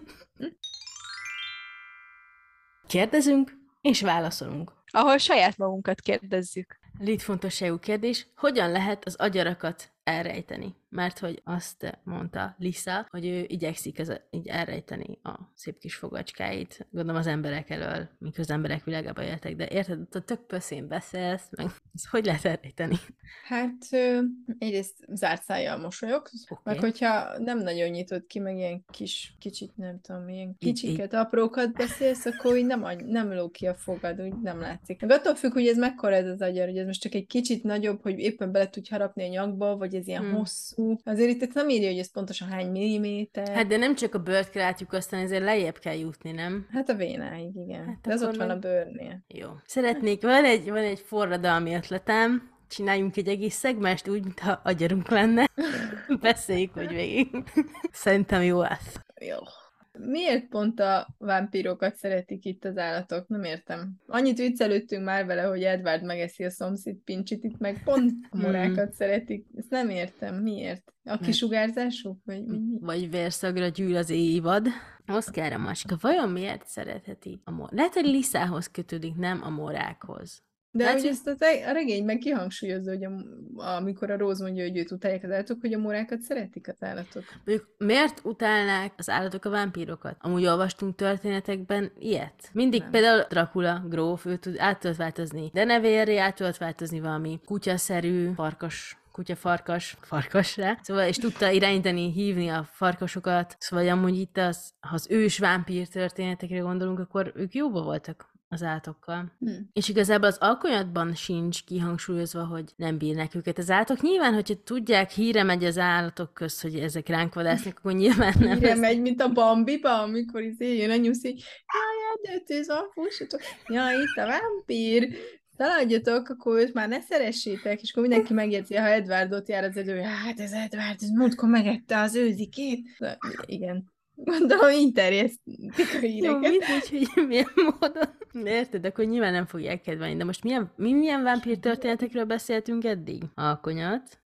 Kérdezünk, és válaszolunk. Ahol saját magunkat kérdezzük. Létfontosságú kérdés, hogyan lehet az agyarakat elrejteni? Mert hogy azt mondta Lisa, hogy ő igyekszik ez, így elrejteni a szép kis fogacskáit, gondolom az emberek elől, mikor az emberek világában éltek, de érted, ott a tök pöszén beszélsz, meg ezt hogy lehet elrejteni? Hát ö, egyrészt zárt szájjal mosolyogsz, Oké. meg hogyha nem nagyon nyitod ki, meg ilyen kis, kicsit nem tudom, ilyen Így- kicsiket, aprókat beszélsz, akkor így nem, agy- nem ló ki a fogad, úgy nem látszik. Meg attól függ, hogy ez mekkora ez az agyar, hogy ez most csak egy kicsit nagyobb, hogy éppen bele tudj harapni a nyakba, vagy ez ilyen Hmm. hosszú. Azért itt nem írja, hogy ez pontosan hány milliméter. Hát de nem csak a bőrt kell látjuk, aztán ezért lejjebb kell jutni, nem? Hát a vénáig, igen. Hát De ez akkor ott van meg- a bőrnél. Jó. Szeretnék, van egy, van egy forradalmi ötletem, csináljunk egy egész szegmást úgy, mintha agyarunk lenne. Beszéljük úgy végig. Szerintem jó lesz. Jó. Miért pont a vámpírokat szeretik itt az állatok? Nem értem. Annyit viccelődtünk már vele, hogy Edward megeszi a szomszéd pincsit, itt meg pont a morákat szeretik. Ezt nem értem. Miért? A kisugárzásuk? Vagy, vagy mi? Vagy vérszagra gyűl az évad. Oszkár a macska. Vajon miért szeretheti a mor? Lehet, hogy Lisához kötődik, nem a morákhoz. De Hát, hogy hogy- ezt a, te- a regényben kihangsúlyozza, hogy a, amikor a Rose mondja, hogy őt utálják az állatok, hogy a morákat szeretik az állatok. Mondjuk, miért utálnák az állatok a vámpírokat? Amúgy olvastunk történetekben ilyet. Mindig Nem. például Dracula gróf, ő tud, át tudott változni denevérré, át tudott változni valami kutyaszerű, farkas, kutyafarkas, farkasra. Szóval, és tudta irányítani, hívni a farkasokat. Szóval amúgy itt az, ha az ős vámpír történetekre gondolunk, akkor ők jóba voltak az állatokkal. Hm. És igazából az alkonyatban sincs kihangsúlyozva, hogy nem bírnak őket az állatok. Nyilván, hogyha tudják, híre megy az állatok közt, hogy ezek ránk vadásznak, akkor nyilván nem. Híre lesz- megy, mint a Bambiba, amikor izé jön a nyuszi, jaj, erdőtűz van, fussatok, jaj, itt a vámpír, szaladjatok, akkor őt már ne szeressétek, és akkor mindenki megjegyzi, ha Edwardot jár az elő, hát ez Edward, ez múltkor megette az őzikét. De, igen. Gondolom, így terjesztik a Jó, híreket. mindegy, hogy milyen módon. De érted, akkor nyilván nem fogják kedvelni. De most milyen, mi milyen vámpír történetekről beszéltünk eddig? Alkonyat. Ott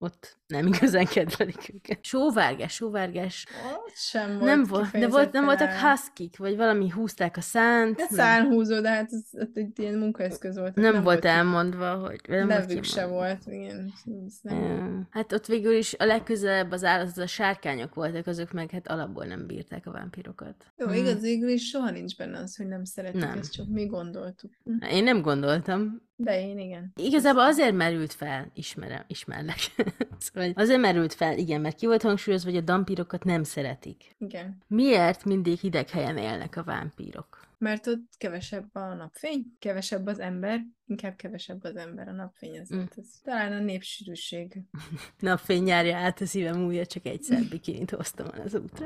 nem igazán kedvelik őket. Sóvárgás, sóvárgás. Ott sem volt Nem volt, de volt, nem voltak kifejezetten- huskik, vagy valami húzták a szánt. Hát nem, szárnhúzó, de hát ez, ez egy ilyen munkaeszköz volt. nem, nem volt ki- elmondva, hogy... nem volt Nevük se kimondva. volt, igen. Ez nem... Ja. Hát ott végül is a legközelebb az állat, az a sárkányok voltak, azok meg hát alapból nem bírták a vámpírokat. Jó, Hmm. igaz, végül is soha nincs benne az, hogy nem szeretik, Nem. ezt csak mi gondoltuk. Hm. Én nem gondoltam. De én igen. Igazából azért merült fel, ismerem, ismerlek. Szóval azért merült fel, igen, mert ki volt hangsúlyozva, hogy a dampírokat nem szeretik. Igen. Miért mindig hideg helyen élnek a vámpírok? Mert ott kevesebb a napfény, kevesebb az ember, inkább kevesebb az ember a napfény, ezért Mm. ez talán a népsűrűség. Napfény járja át a szívem újra, csak egyszer bikinit hoztam el az útra.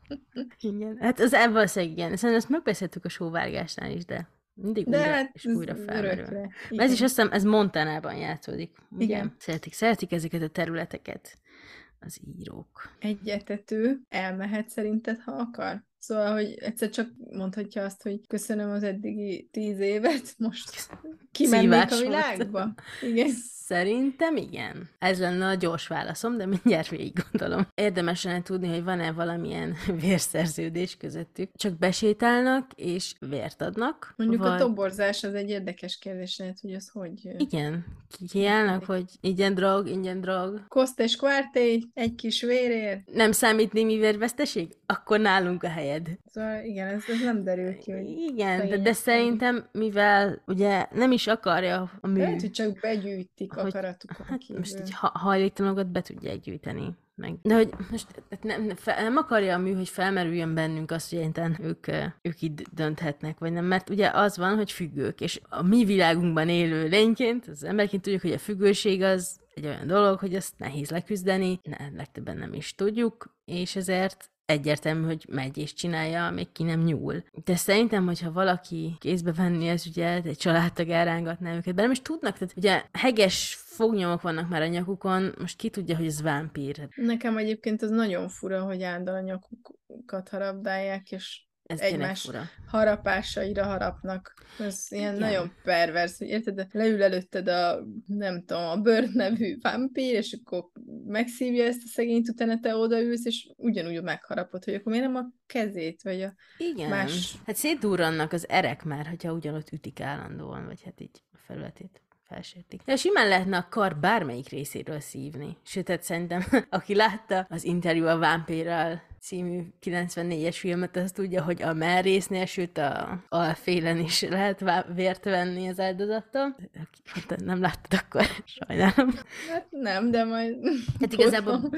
Igen, hát az valószínűleg igen. Szerintem ezt megbeszéltük a sóvárgásnál is, de mindig De újra hát és ez újra felmerül. örökre. Mert Igen. ez is azt hiszem, ez Montanában játszódik. Ugye? Igen. Szeretik, szeretik ezeket a területeket az írók. Egy etető elmehet szerinted, ha akar? Szóval, hogy egyszer csak mondhatja azt, hogy köszönöm az eddigi tíz évet, most kimennék Szívás a volt. világba. Igen. Szerintem igen. Ez lenne a gyors válaszom, de mindjárt végig gondolom. Érdemes lenne tudni, hogy van-e valamilyen vérszerződés közöttük. Csak besétálnak és vért adnak. Mondjuk vagy... a toborzás az egy érdekes kérdés lehet, hogy az hogy... Igen. Kiállnak, hogy ingyen drog, ingyen drog. Koszt és kvárté, egy kis vérért. Nem számít némi vérveszteség? Akkor nálunk a helyed. Szóval igen, ez, ez nem derül ki, hogy... Igen, de, de szegények szerintem, mivel ugye nem is akarja a mű, Lehet, hogy csak begyűjtik hogy- akaratukon hát kívül. most így ha- hajléktalanokat be tudják gyűjteni. Meg. De hogy most tehát nem, nem, fel, nem akarja a mű, hogy felmerüljön bennünk azt, hogy egyáltalán ők, ö, ők így dönthetnek, vagy nem, mert ugye az van, hogy függők, és a mi világunkban élő lényként, az emberként tudjuk, hogy a függőség az egy olyan dolog, hogy azt nehéz leküzdeni, ne, legtöbben nem is tudjuk, és ezért egyértelmű, hogy megy és csinálja, még ki nem nyúl. De szerintem, hogyha valaki kézbe venni az ügyet, egy családtag elrángatná őket, de nem is tudnak, tehát ugye heges fognyomok vannak már a nyakukon, most ki tudja, hogy ez vámpír. Nekem egyébként az nagyon fura, hogy állandóan a nyakukat harabdálják, és Ez tényleg egymás fura. harapásaira harapnak. Ez ilyen Igen. nagyon pervers, hogy érted, leül előtted a, nem tudom, a Bird nevű vámpír, és akkor megszívja ezt a szegényt, utána te odaülsz, és ugyanúgy megharapod, hogy akkor miért nem a kezét, vagy a... Igen. Más. Hát szétdurrannak az erek már, hogyha ugyanott ütik állandóan, vagy hát így a felületét felsértik. De simán lehetne a kar bármelyik részéről szívni. Sőt, hát szerintem, aki látta az Interjú a vámpírral című kilencvennégyes filmet, az tudja, hogy a mellrésznél, sőt a alfélen is lehet vá- vért venni az áldozattól. Aki hát nem láttad, akkor sajnálom. Hát nem, de majd... Hát igazából,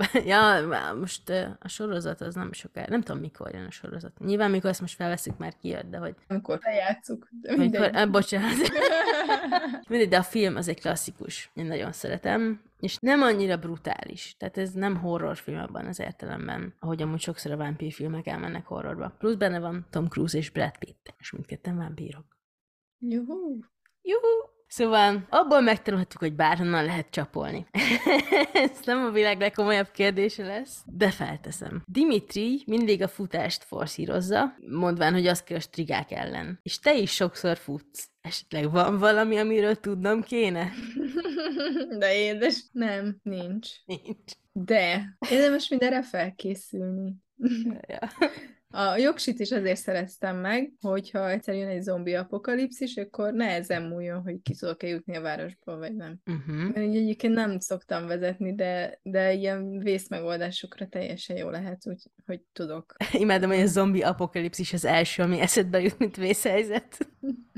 ja, most ö, a sorozat az nem sokára, nem tudom mikor jön a sorozat. Nyilván mikor ezt most felveszünk, már kijött, de hogy... Amikor lejátszuk. De mindegy. Amikor, eh, bocsánat. Mindegy, de a film az egy klasszikus. Én nagyon szeretem. És nem annyira brutális. Tehát ez nem horrorfilm abban az értelemben, ahogy amúgy sokszor a vámpírfilmek elmennek horrorba. Plusz benne van Tom Cruise és Brad Pitt. És mindketten vámpírok. Juhú. Juhu! Szóval abból megtanulhattuk, hogy bárhonnan lehet csapolni. Ez nem a világ legkomolyabb kérdése lesz, de felteszem. Dimitri mindig a futást forszírozza, mondván, hogy az kell a strigák ellen. És te is sokszor futsz. Esetleg van valami, amiről tudnom kéne? De édes. Nem, nincs. Nincs. De érdemes mindenre felkészülni. Ja. A jogsit is azért szereztem meg, hogyha egyszer jön egy zombi apokalipszis, akkor nehezen múljon, hogy ki tudok-e jutni a városba, vagy nem. Uh-huh. Mert így egyébként nem szoktam vezetni, de, de ilyen vészmegoldásokra teljesen jó lehet, úgy, hogy tudok. Imádom, hogy a zombi apokalipszis az első, ami eszedbe jut, mint vészhelyzet.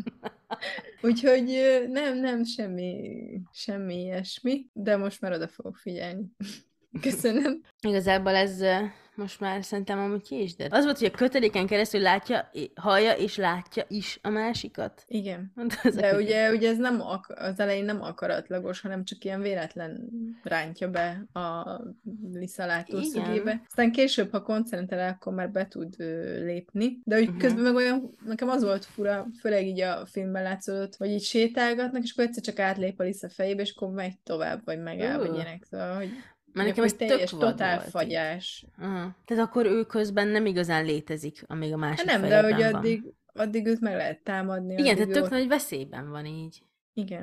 Úgyhogy ö, nem, nem, semmi, semmi ilyesmi, de most már oda fogok figyelni. Köszönöm. Igazából ez ö, most már szerintem amúgy ki is, de az volt, hogy a köteléken keresztül látja, é- hallja és látja is a másikat. Igen. Hát az De a- ugye, ugye ez nem ak- az elején nem akaratlagos, hanem csak ilyen véletlen rántja be a Lisa látószögébe. Aztán később, ha koncentrál, akkor már be tud ö, lépni. De úgy Uh-huh. közben meg olyan, nekem az volt fura, főleg így a filmben látszódott, hogy így sétálgatnak, és akkor egyszer csak átlép a Lisa fejébe, és akkor megy tovább, vagy megáll, vagy Ö. ilyenek. Szóval, hogy Már nekem hogy ez tök teljes, vad totál volt így. fagyás. Aha. Tehát akkor ő közben nem igazán létezik, amíg a másik Hát nem, de fejében hogy van. addig, addig őt meg lehet támadni. Igen, addig tehát tök ő- nagy veszélyben van így. Igen.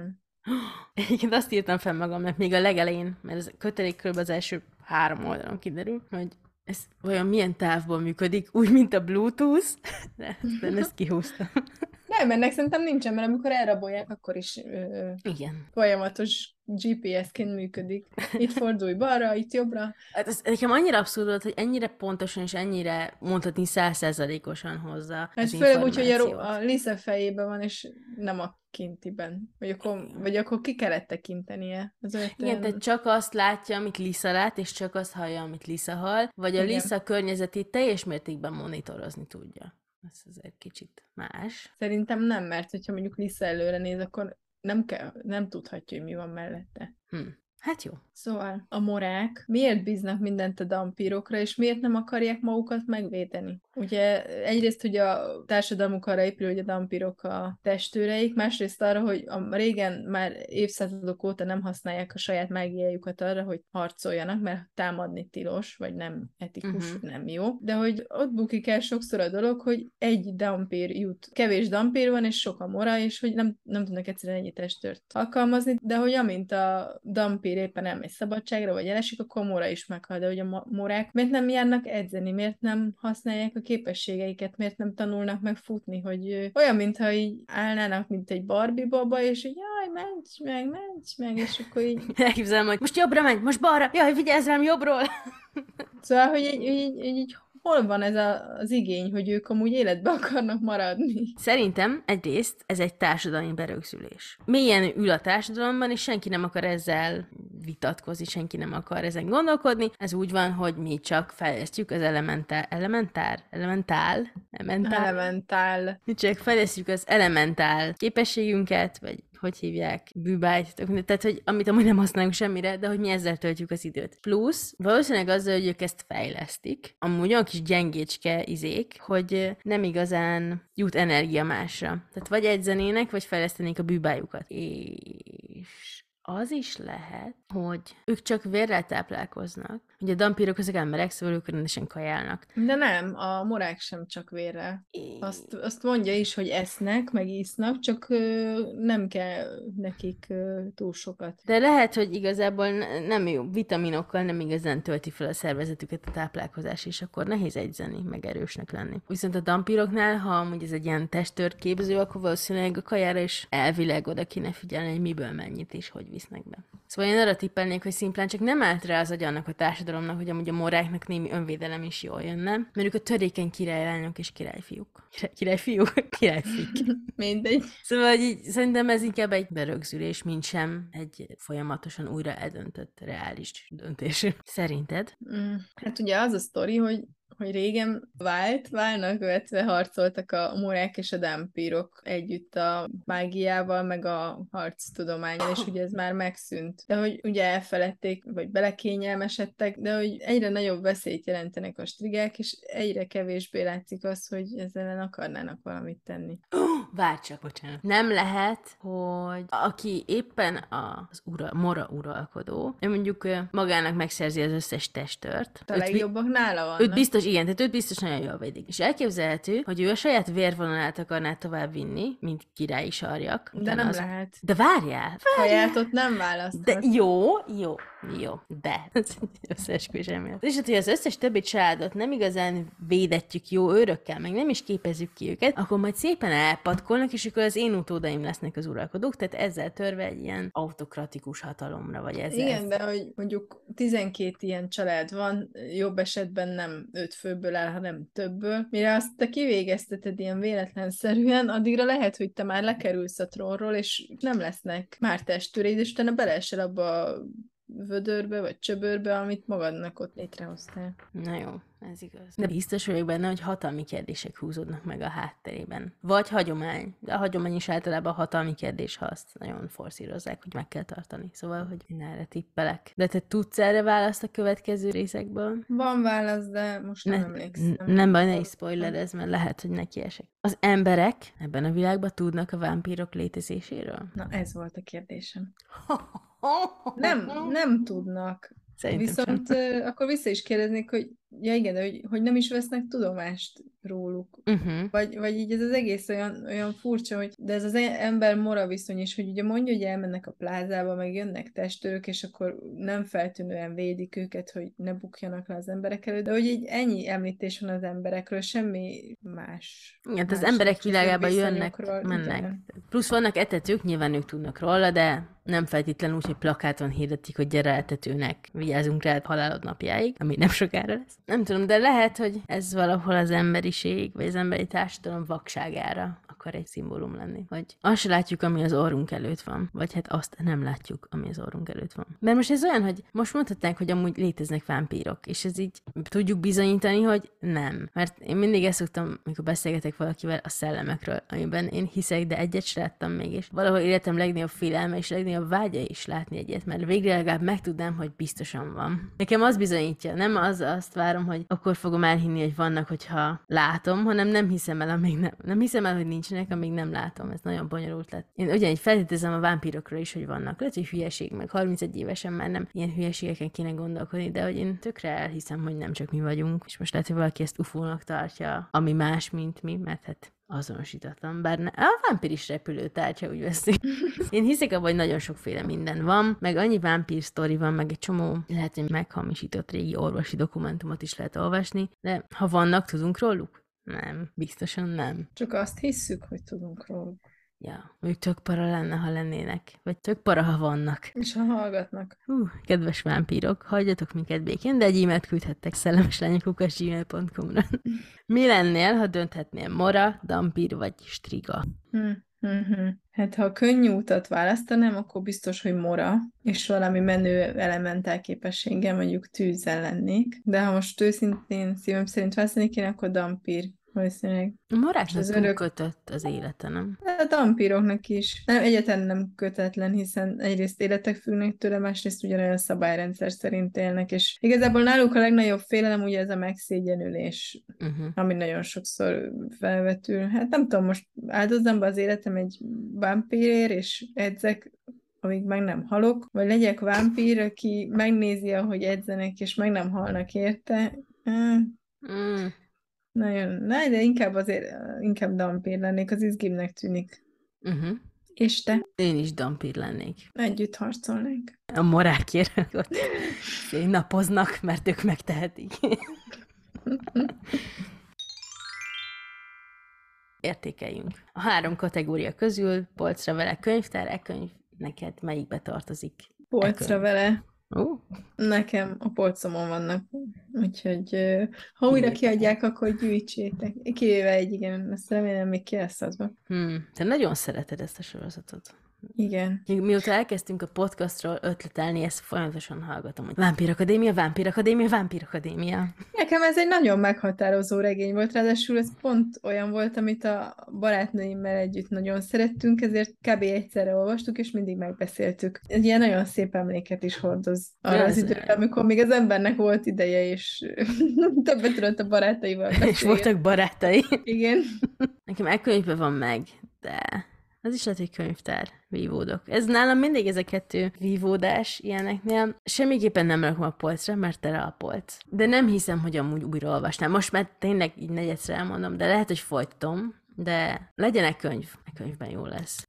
Egyébként azt írtam fel magamnak még a legelején, mert ez a kötelék kb. Az első három oldalon kiderül, hogy ez olyan milyen távból működik, úgy, mint a Bluetooth, de, de ezt kihúztam. Nem, ennek szerintem nincsen, mert amikor elrabolják, akkor is ö, Igen. folyamatos gé pé es-ként működik. Itt fordulj balra, itt jobbra. Hát ez nekem annyira abszurd volt, hogy ennyire pontosan és ennyire mondhatni száz százalékosan hozza Hát az főleg úgy, hogy a, információt. ro- a Lisa fejében van, és nem a kintiben. Vagy akkor, vagy akkor ki kellett tekintenie. Az Igen, olyan... tehát csak azt látja, amit Lisa lát, és csak azt hallja, amit Lisa hall, vagy a Igen. Lisa környezetét teljes mértékben monitorozni tudja. Ez azért kicsit más. Szerintem nem, mert hogyha mondjuk Lisa előre néz, akkor nem, kell, nem tudhatja, hogy mi van mellette. Hm. Hát jó. Szóval a morák miért bíznak mindent a dampírokra, és miért nem akarják magukat megvédeni? Ugye egyrészt ugye a társadalmuk arra épül, hogy a dampírok a testőreik, másrészt arra, hogy a régen már évszázadok óta nem használják a saját mágiájukat arra, hogy harcoljanak, mert támadni tilos, vagy nem etikus, Mhm. nem jó. De hogy ott bukik el sokszor a dolog, hogy egy dampír jut, kevés dampír van, és sok a mora, és hogy nem, nem tudnak egyszerűen ennyi testőrt alkalmazni, de hogy amint a dampír éppen elmegy szabadságra, vagy elesik, akkor a mora is meghal. De hogy a ma- morák miért nem járnak edzeni, miért nem használják a képességeiket, miért nem tanulnak meg futni, hogy ö, olyan, mintha így állnának, mint egy Barbie baba, és így jaj, menj meg, menj meg, és akkor így... Elképzelem, hogy most jobbra menj, most balra, jaj, vigyázz rám jobbról! Szóval, hogy így, így, így, így hol van ez a, az igény, hogy ők amúgy életbe akarnak maradni? Szerintem egyrészt ez egy társadalmi berögzülés. Mélyen ül a társadalomban, és senki nem akar ezzel vitatkozni, senki nem akar ezen gondolkodni. Ez úgy van, hogy mi csak fejlesztjük az elementár, elementár, elementál, elementál, Elementál. mi csak fejlesztjük az elementál képességünket, vagy hogy hívják, bűbájt, tök mindegy. Tehát, hogy amit amúgy nem használunk semmire, de hogy mi ezzel töltjük az időt. Plusz, valószínűleg azzal, hogy ők ezt fejlesztik, amúgy olyan kis gyengécske izék, hogy nem igazán jut energia másra. Tehát vagy edzenének, vagy fejlesztenék a bűbájukat. És az is lehet, hogy ők csak vérrel táplálkoznak. Ugye a dampírok azok emberek, szóval ők rendesen kajálnak. De nem, a morák sem csak vérrel. Azt, azt mondja is, hogy esznek, meg isznak, csak ö, nem kell nekik ö, túl sokat. De lehet, hogy igazából ne- nem jó, vitaminokkal nem igazán tölti fel a szervezetüket a táplálkozás, és akkor nehéz egyzeni, meg erősnek lenni. Viszont a dampíroknál, ha amúgy ez egy ilyen testtört képző, akkor valószínűleg a kajára is elvileg oda kéne figyelni, hogy miből mennyit és hogy visznek be. Szóval én arra tippelnék, hogy szimplán csak nem állt rá az agy annak a társadalomnak, hogy amúgy a moráknak némi önvédelem is jól jönne, mert ők a törékeny királylányok és királyfiúk. Király, királyfiúk? Királyfik. Mindegy. Szóval hogy így, szerintem ez inkább egy berögzülés, mint sem egy folyamatosan újra eldöntött reális döntés. Szerinted? Mm. Hát ugye az a sztori, hogy hogy régen vált, válnak vetve harcoltak a morák és a dampírok együtt a mágiával, meg a harctudománnyal, és ugye ez már megszűnt. De hogy ugye elfeledték, vagy belekényelmesedtek, de hogy egyre nagyobb veszélyt jelentenek a strigák, és egyre kevésbé látszik az, hogy ezzel ellen akarnának valamit tenni. Várj csak, bocsánat. Nem lehet, hogy aki éppen az ura, mora uralkodó, ő mondjuk ö, magának megszerzi az összes testtört. A Őt vi- legjobbak nála vannak. Őt biztos, igen, tehát őt biztos nagyon jól védik. És elképzelhető, hogy ő a saját vérvonalát akarná tovább vinni, mint királyi sarjak. De Utána nem az... lehet. De várjál! Kaját ott nem De választhat. jó, jó, jó, de ez egy összeesküvés elmélet. És hát, hogy az összes többi családot nem igazán védetjük jó őrökkel, meg nem is képezzük ki őket, akkor majd szépen elpatkolnak, és akkor az én utódaim lesznek az uralkodók, tehát ezzel törve egy ilyen autokratikus hatalomra, vagy ezzel. Igen, de hogy mondjuk tizenkét ilyen család van, jobb esetben nem öt főből áll, hanem többből. Mire azt te kivégezteted ilyen véletlenszerűen, addigra lehet, hogy te már lekerülsz a trónról, és nem lesznek már testőréd, és utána beleesel abba a vödörbe, vagy csöbörbe, amit magadnak ott létrehoztál. Na jó, ez igaz. De biztos vagyok benne, hogy hatalmi kérdések húzódnak meg a hátterében. Vagy hagyomány. De a hagyomány is általában a hatalmi kérdés, ha azt nagyon forszírozzák, hogy meg kell tartani. Szóval, hogy én erre tippelek. De te tudsz erre választ a következő részekből? Van válasz, de most nem Ne, emlékszem. n- nem baj, ne is spoilerezz, mert lehet, hogy nekiesek. Az emberek ebben a világban tudnak a vámpírok létezéséről? Na, ez volt a kérdésem. Nem, nem tudnak. Szerintem Viszont sem. ö, akkor vissza is kérdeznék, hogy ja igen, de hogy, hogy nem is vesznek tudomást róluk. Uh-huh. Vagy, vagy így ez az egész olyan, olyan furcsa, hogy de ez az ember-mora viszony is, hogy ugye mondja, hogy elmennek a plázába, meg jönnek testőrök, és akkor nem feltűnően védik őket, hogy ne bukjanak le az emberek előtt, de hogy így ennyi említés van az emberekről, semmi más. Igen, az más emberek nincs az ő világában jönnek, viszonyukról. mennek. Igen. Plusz vannak etetők, nyilván ők tudnak róla, de nem feltétlenül úgy, hogy plakáton hirdetik, hogy gyere etetőnek, vigyázzunk rád halálod napjáig, ami nem sokára lesz. Nem tudom, de lehet, hogy ez valahol az emberiség, vagy az emberi társadalom vakságára akar egy szimbólum lenni. Hogy azt se látjuk, ami az orrunk előtt van. Vagy hát azt nem látjuk, ami az orrunk előtt van. Mert most ez olyan, hogy most mondhatnánk, hogy amúgy léteznek vámpírok, és ez így tudjuk bizonyítani, hogy nem. Mert én mindig ezt szoktam, amikor beszélgetek valakivel a szellemekről, amiben én hiszek, de egyet se láttam még, és valahol életem legnagyobb félelme és legnagyobb vágya is látni egyet, mert végre legalább megtudnám, hogy biztosan van. Nekem az bizonyítja, nem az azt várom, hogy akkor fogom elhinni, hogy vannak, hogyha látom, hanem nem hiszem el, amíg nem. Nem hiszem el, hogy nincsenek, amíg nem látom. Ez nagyon bonyolult lett. Én ugyanígy feltételezem a vámpírokról is, hogy vannak. Lehet, hogy hülyeség, meg harmincegy évesen már nem ilyen hülyeségeken kéne gondolkodni, de hogy én tökre elhiszem, hogy nem csak mi vagyunk. És most lehet, hogy valaki ezt ufónak tartja, ami más, mint mi, mert hát azonosítatlan, bár ne, a vámpír is repülőtárgya, úgy veszik. Én hiszek abban, hogy nagyon sokféle minden van, meg annyi vámpír sztori van, meg egy csomó, lehet, hogy meghamisított régi orvosi dokumentumot is lehet olvasni, de ha vannak, tudunk róluk? Nem, biztosan nem. Csak azt hisszük, hogy tudunk róluk. Ja, ők tök para lenne, ha lennének. Vagy tök para, ha vannak. És ha hallgatnak. Hú, kedves vámpírok, hagyjatok minket békén, de egy e-mailt küldhettek szellemeslányok gmail pont com-ra. Mi lennél, ha dönthetnél mora, dampír vagy striga? Hm. Uh-huh. Hát ha a könnyű utat választanám, akkor biztos, hogy mora, és valami menő elementál képességgel, mondjuk tűzzel lennék. De ha most őszintén szívem szerint választani kéne, akkor dampír. Valószínűleg. A moráknak az túl örök... kötött az élete, nem? A dampíroknak is. Nem, egyáltalán nem kötetlen, hiszen egyrészt életek függnek tőle, másrészt ugyanolyan szabályrendszer szerint élnek, és igazából náluk a legnagyobb félelem ugye ez a megszégyenülés, uh-huh. ami nagyon sokszor felvetül. Hát nem tudom, most áldozzam be az életem egy vámpírért, és edzek, amíg meg nem halok, vagy legyek vámpír, aki megnézi, ahogy edzenek, és meg nem halnak érte. Mm. Nagyon, na, de inkább azért, inkább dampír lennék, az izgimnek tűnik. Uh-huh. És te? Én is dampír lennék. Együtt harcolnénk. A morákért ott napoznak, mert ők megtehetik. Értékeljünk. A három kategória közül polcra vele könyvtár, e-könyv, neked melyikbe tartozik? Polcra vele. Uh. Nekem a polcomon vannak, úgyhogy ha újra kiadják, akkor gyűjtsétek. Kivéve egy, igen, ezt remélem még ki lesz azba. Hmm. Te nagyon szereted ezt a sorozatot. Igen. Mióta elkezdtünk a podcastról ötletelni, ezt folyamatosan hallgatom, hogy Vámpír Akadémia, Vámpír Akadémia, Vámpír Akadémia. Nekem ez egy nagyon meghatározó regény volt, ráadásul ez pont olyan volt, amit a barátnőimmel együtt nagyon szerettünk, ezért kb. Egyszerre olvastuk, és mindig megbeszéltük. Egy ilyen nagyon szép emléket is hordoz arra ja, az időre, amikor még az embernek volt ideje, és többet tudott a barátaival beszélni. És voltak barátai. Igen. Nekem e-könyvben van meg, de... az is lehet, hogy könyvtár, vívódok. Ez nálam mindig ez a kettő vívódás ilyeneknél. Semmiképpen nem rakom a polcra, mert tele a polc. De nem hiszem, hogy amúgy újra olvasnám. Most már tényleg így negyedszer elmondom, de lehet, hogy folytatom, de legyen egy könyv. A könyvben jó lesz.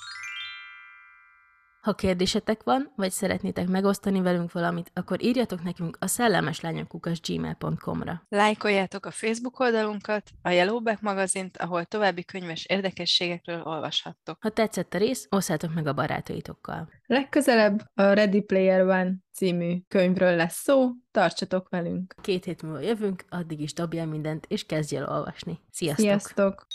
Ha kérdésetek van, vagy szeretnétek megosztani velünk valamit, akkor írjatok nekünk a szellemeslányok kukac gmail pont com-ra. Lájkoljátok a Facebook oldalunkat, a Yellowback magazint, ahol további könyves érdekességekről olvashattok. Ha tetszett a rész, osszátok meg a barátaitokkal. Legközelebb a Ready Player One című könyvről lesz szó, tartsatok velünk! Két hét múlva jövünk, addig is dobjál mindent, és kezdj el olvasni. Sziasztok! Sziasztok!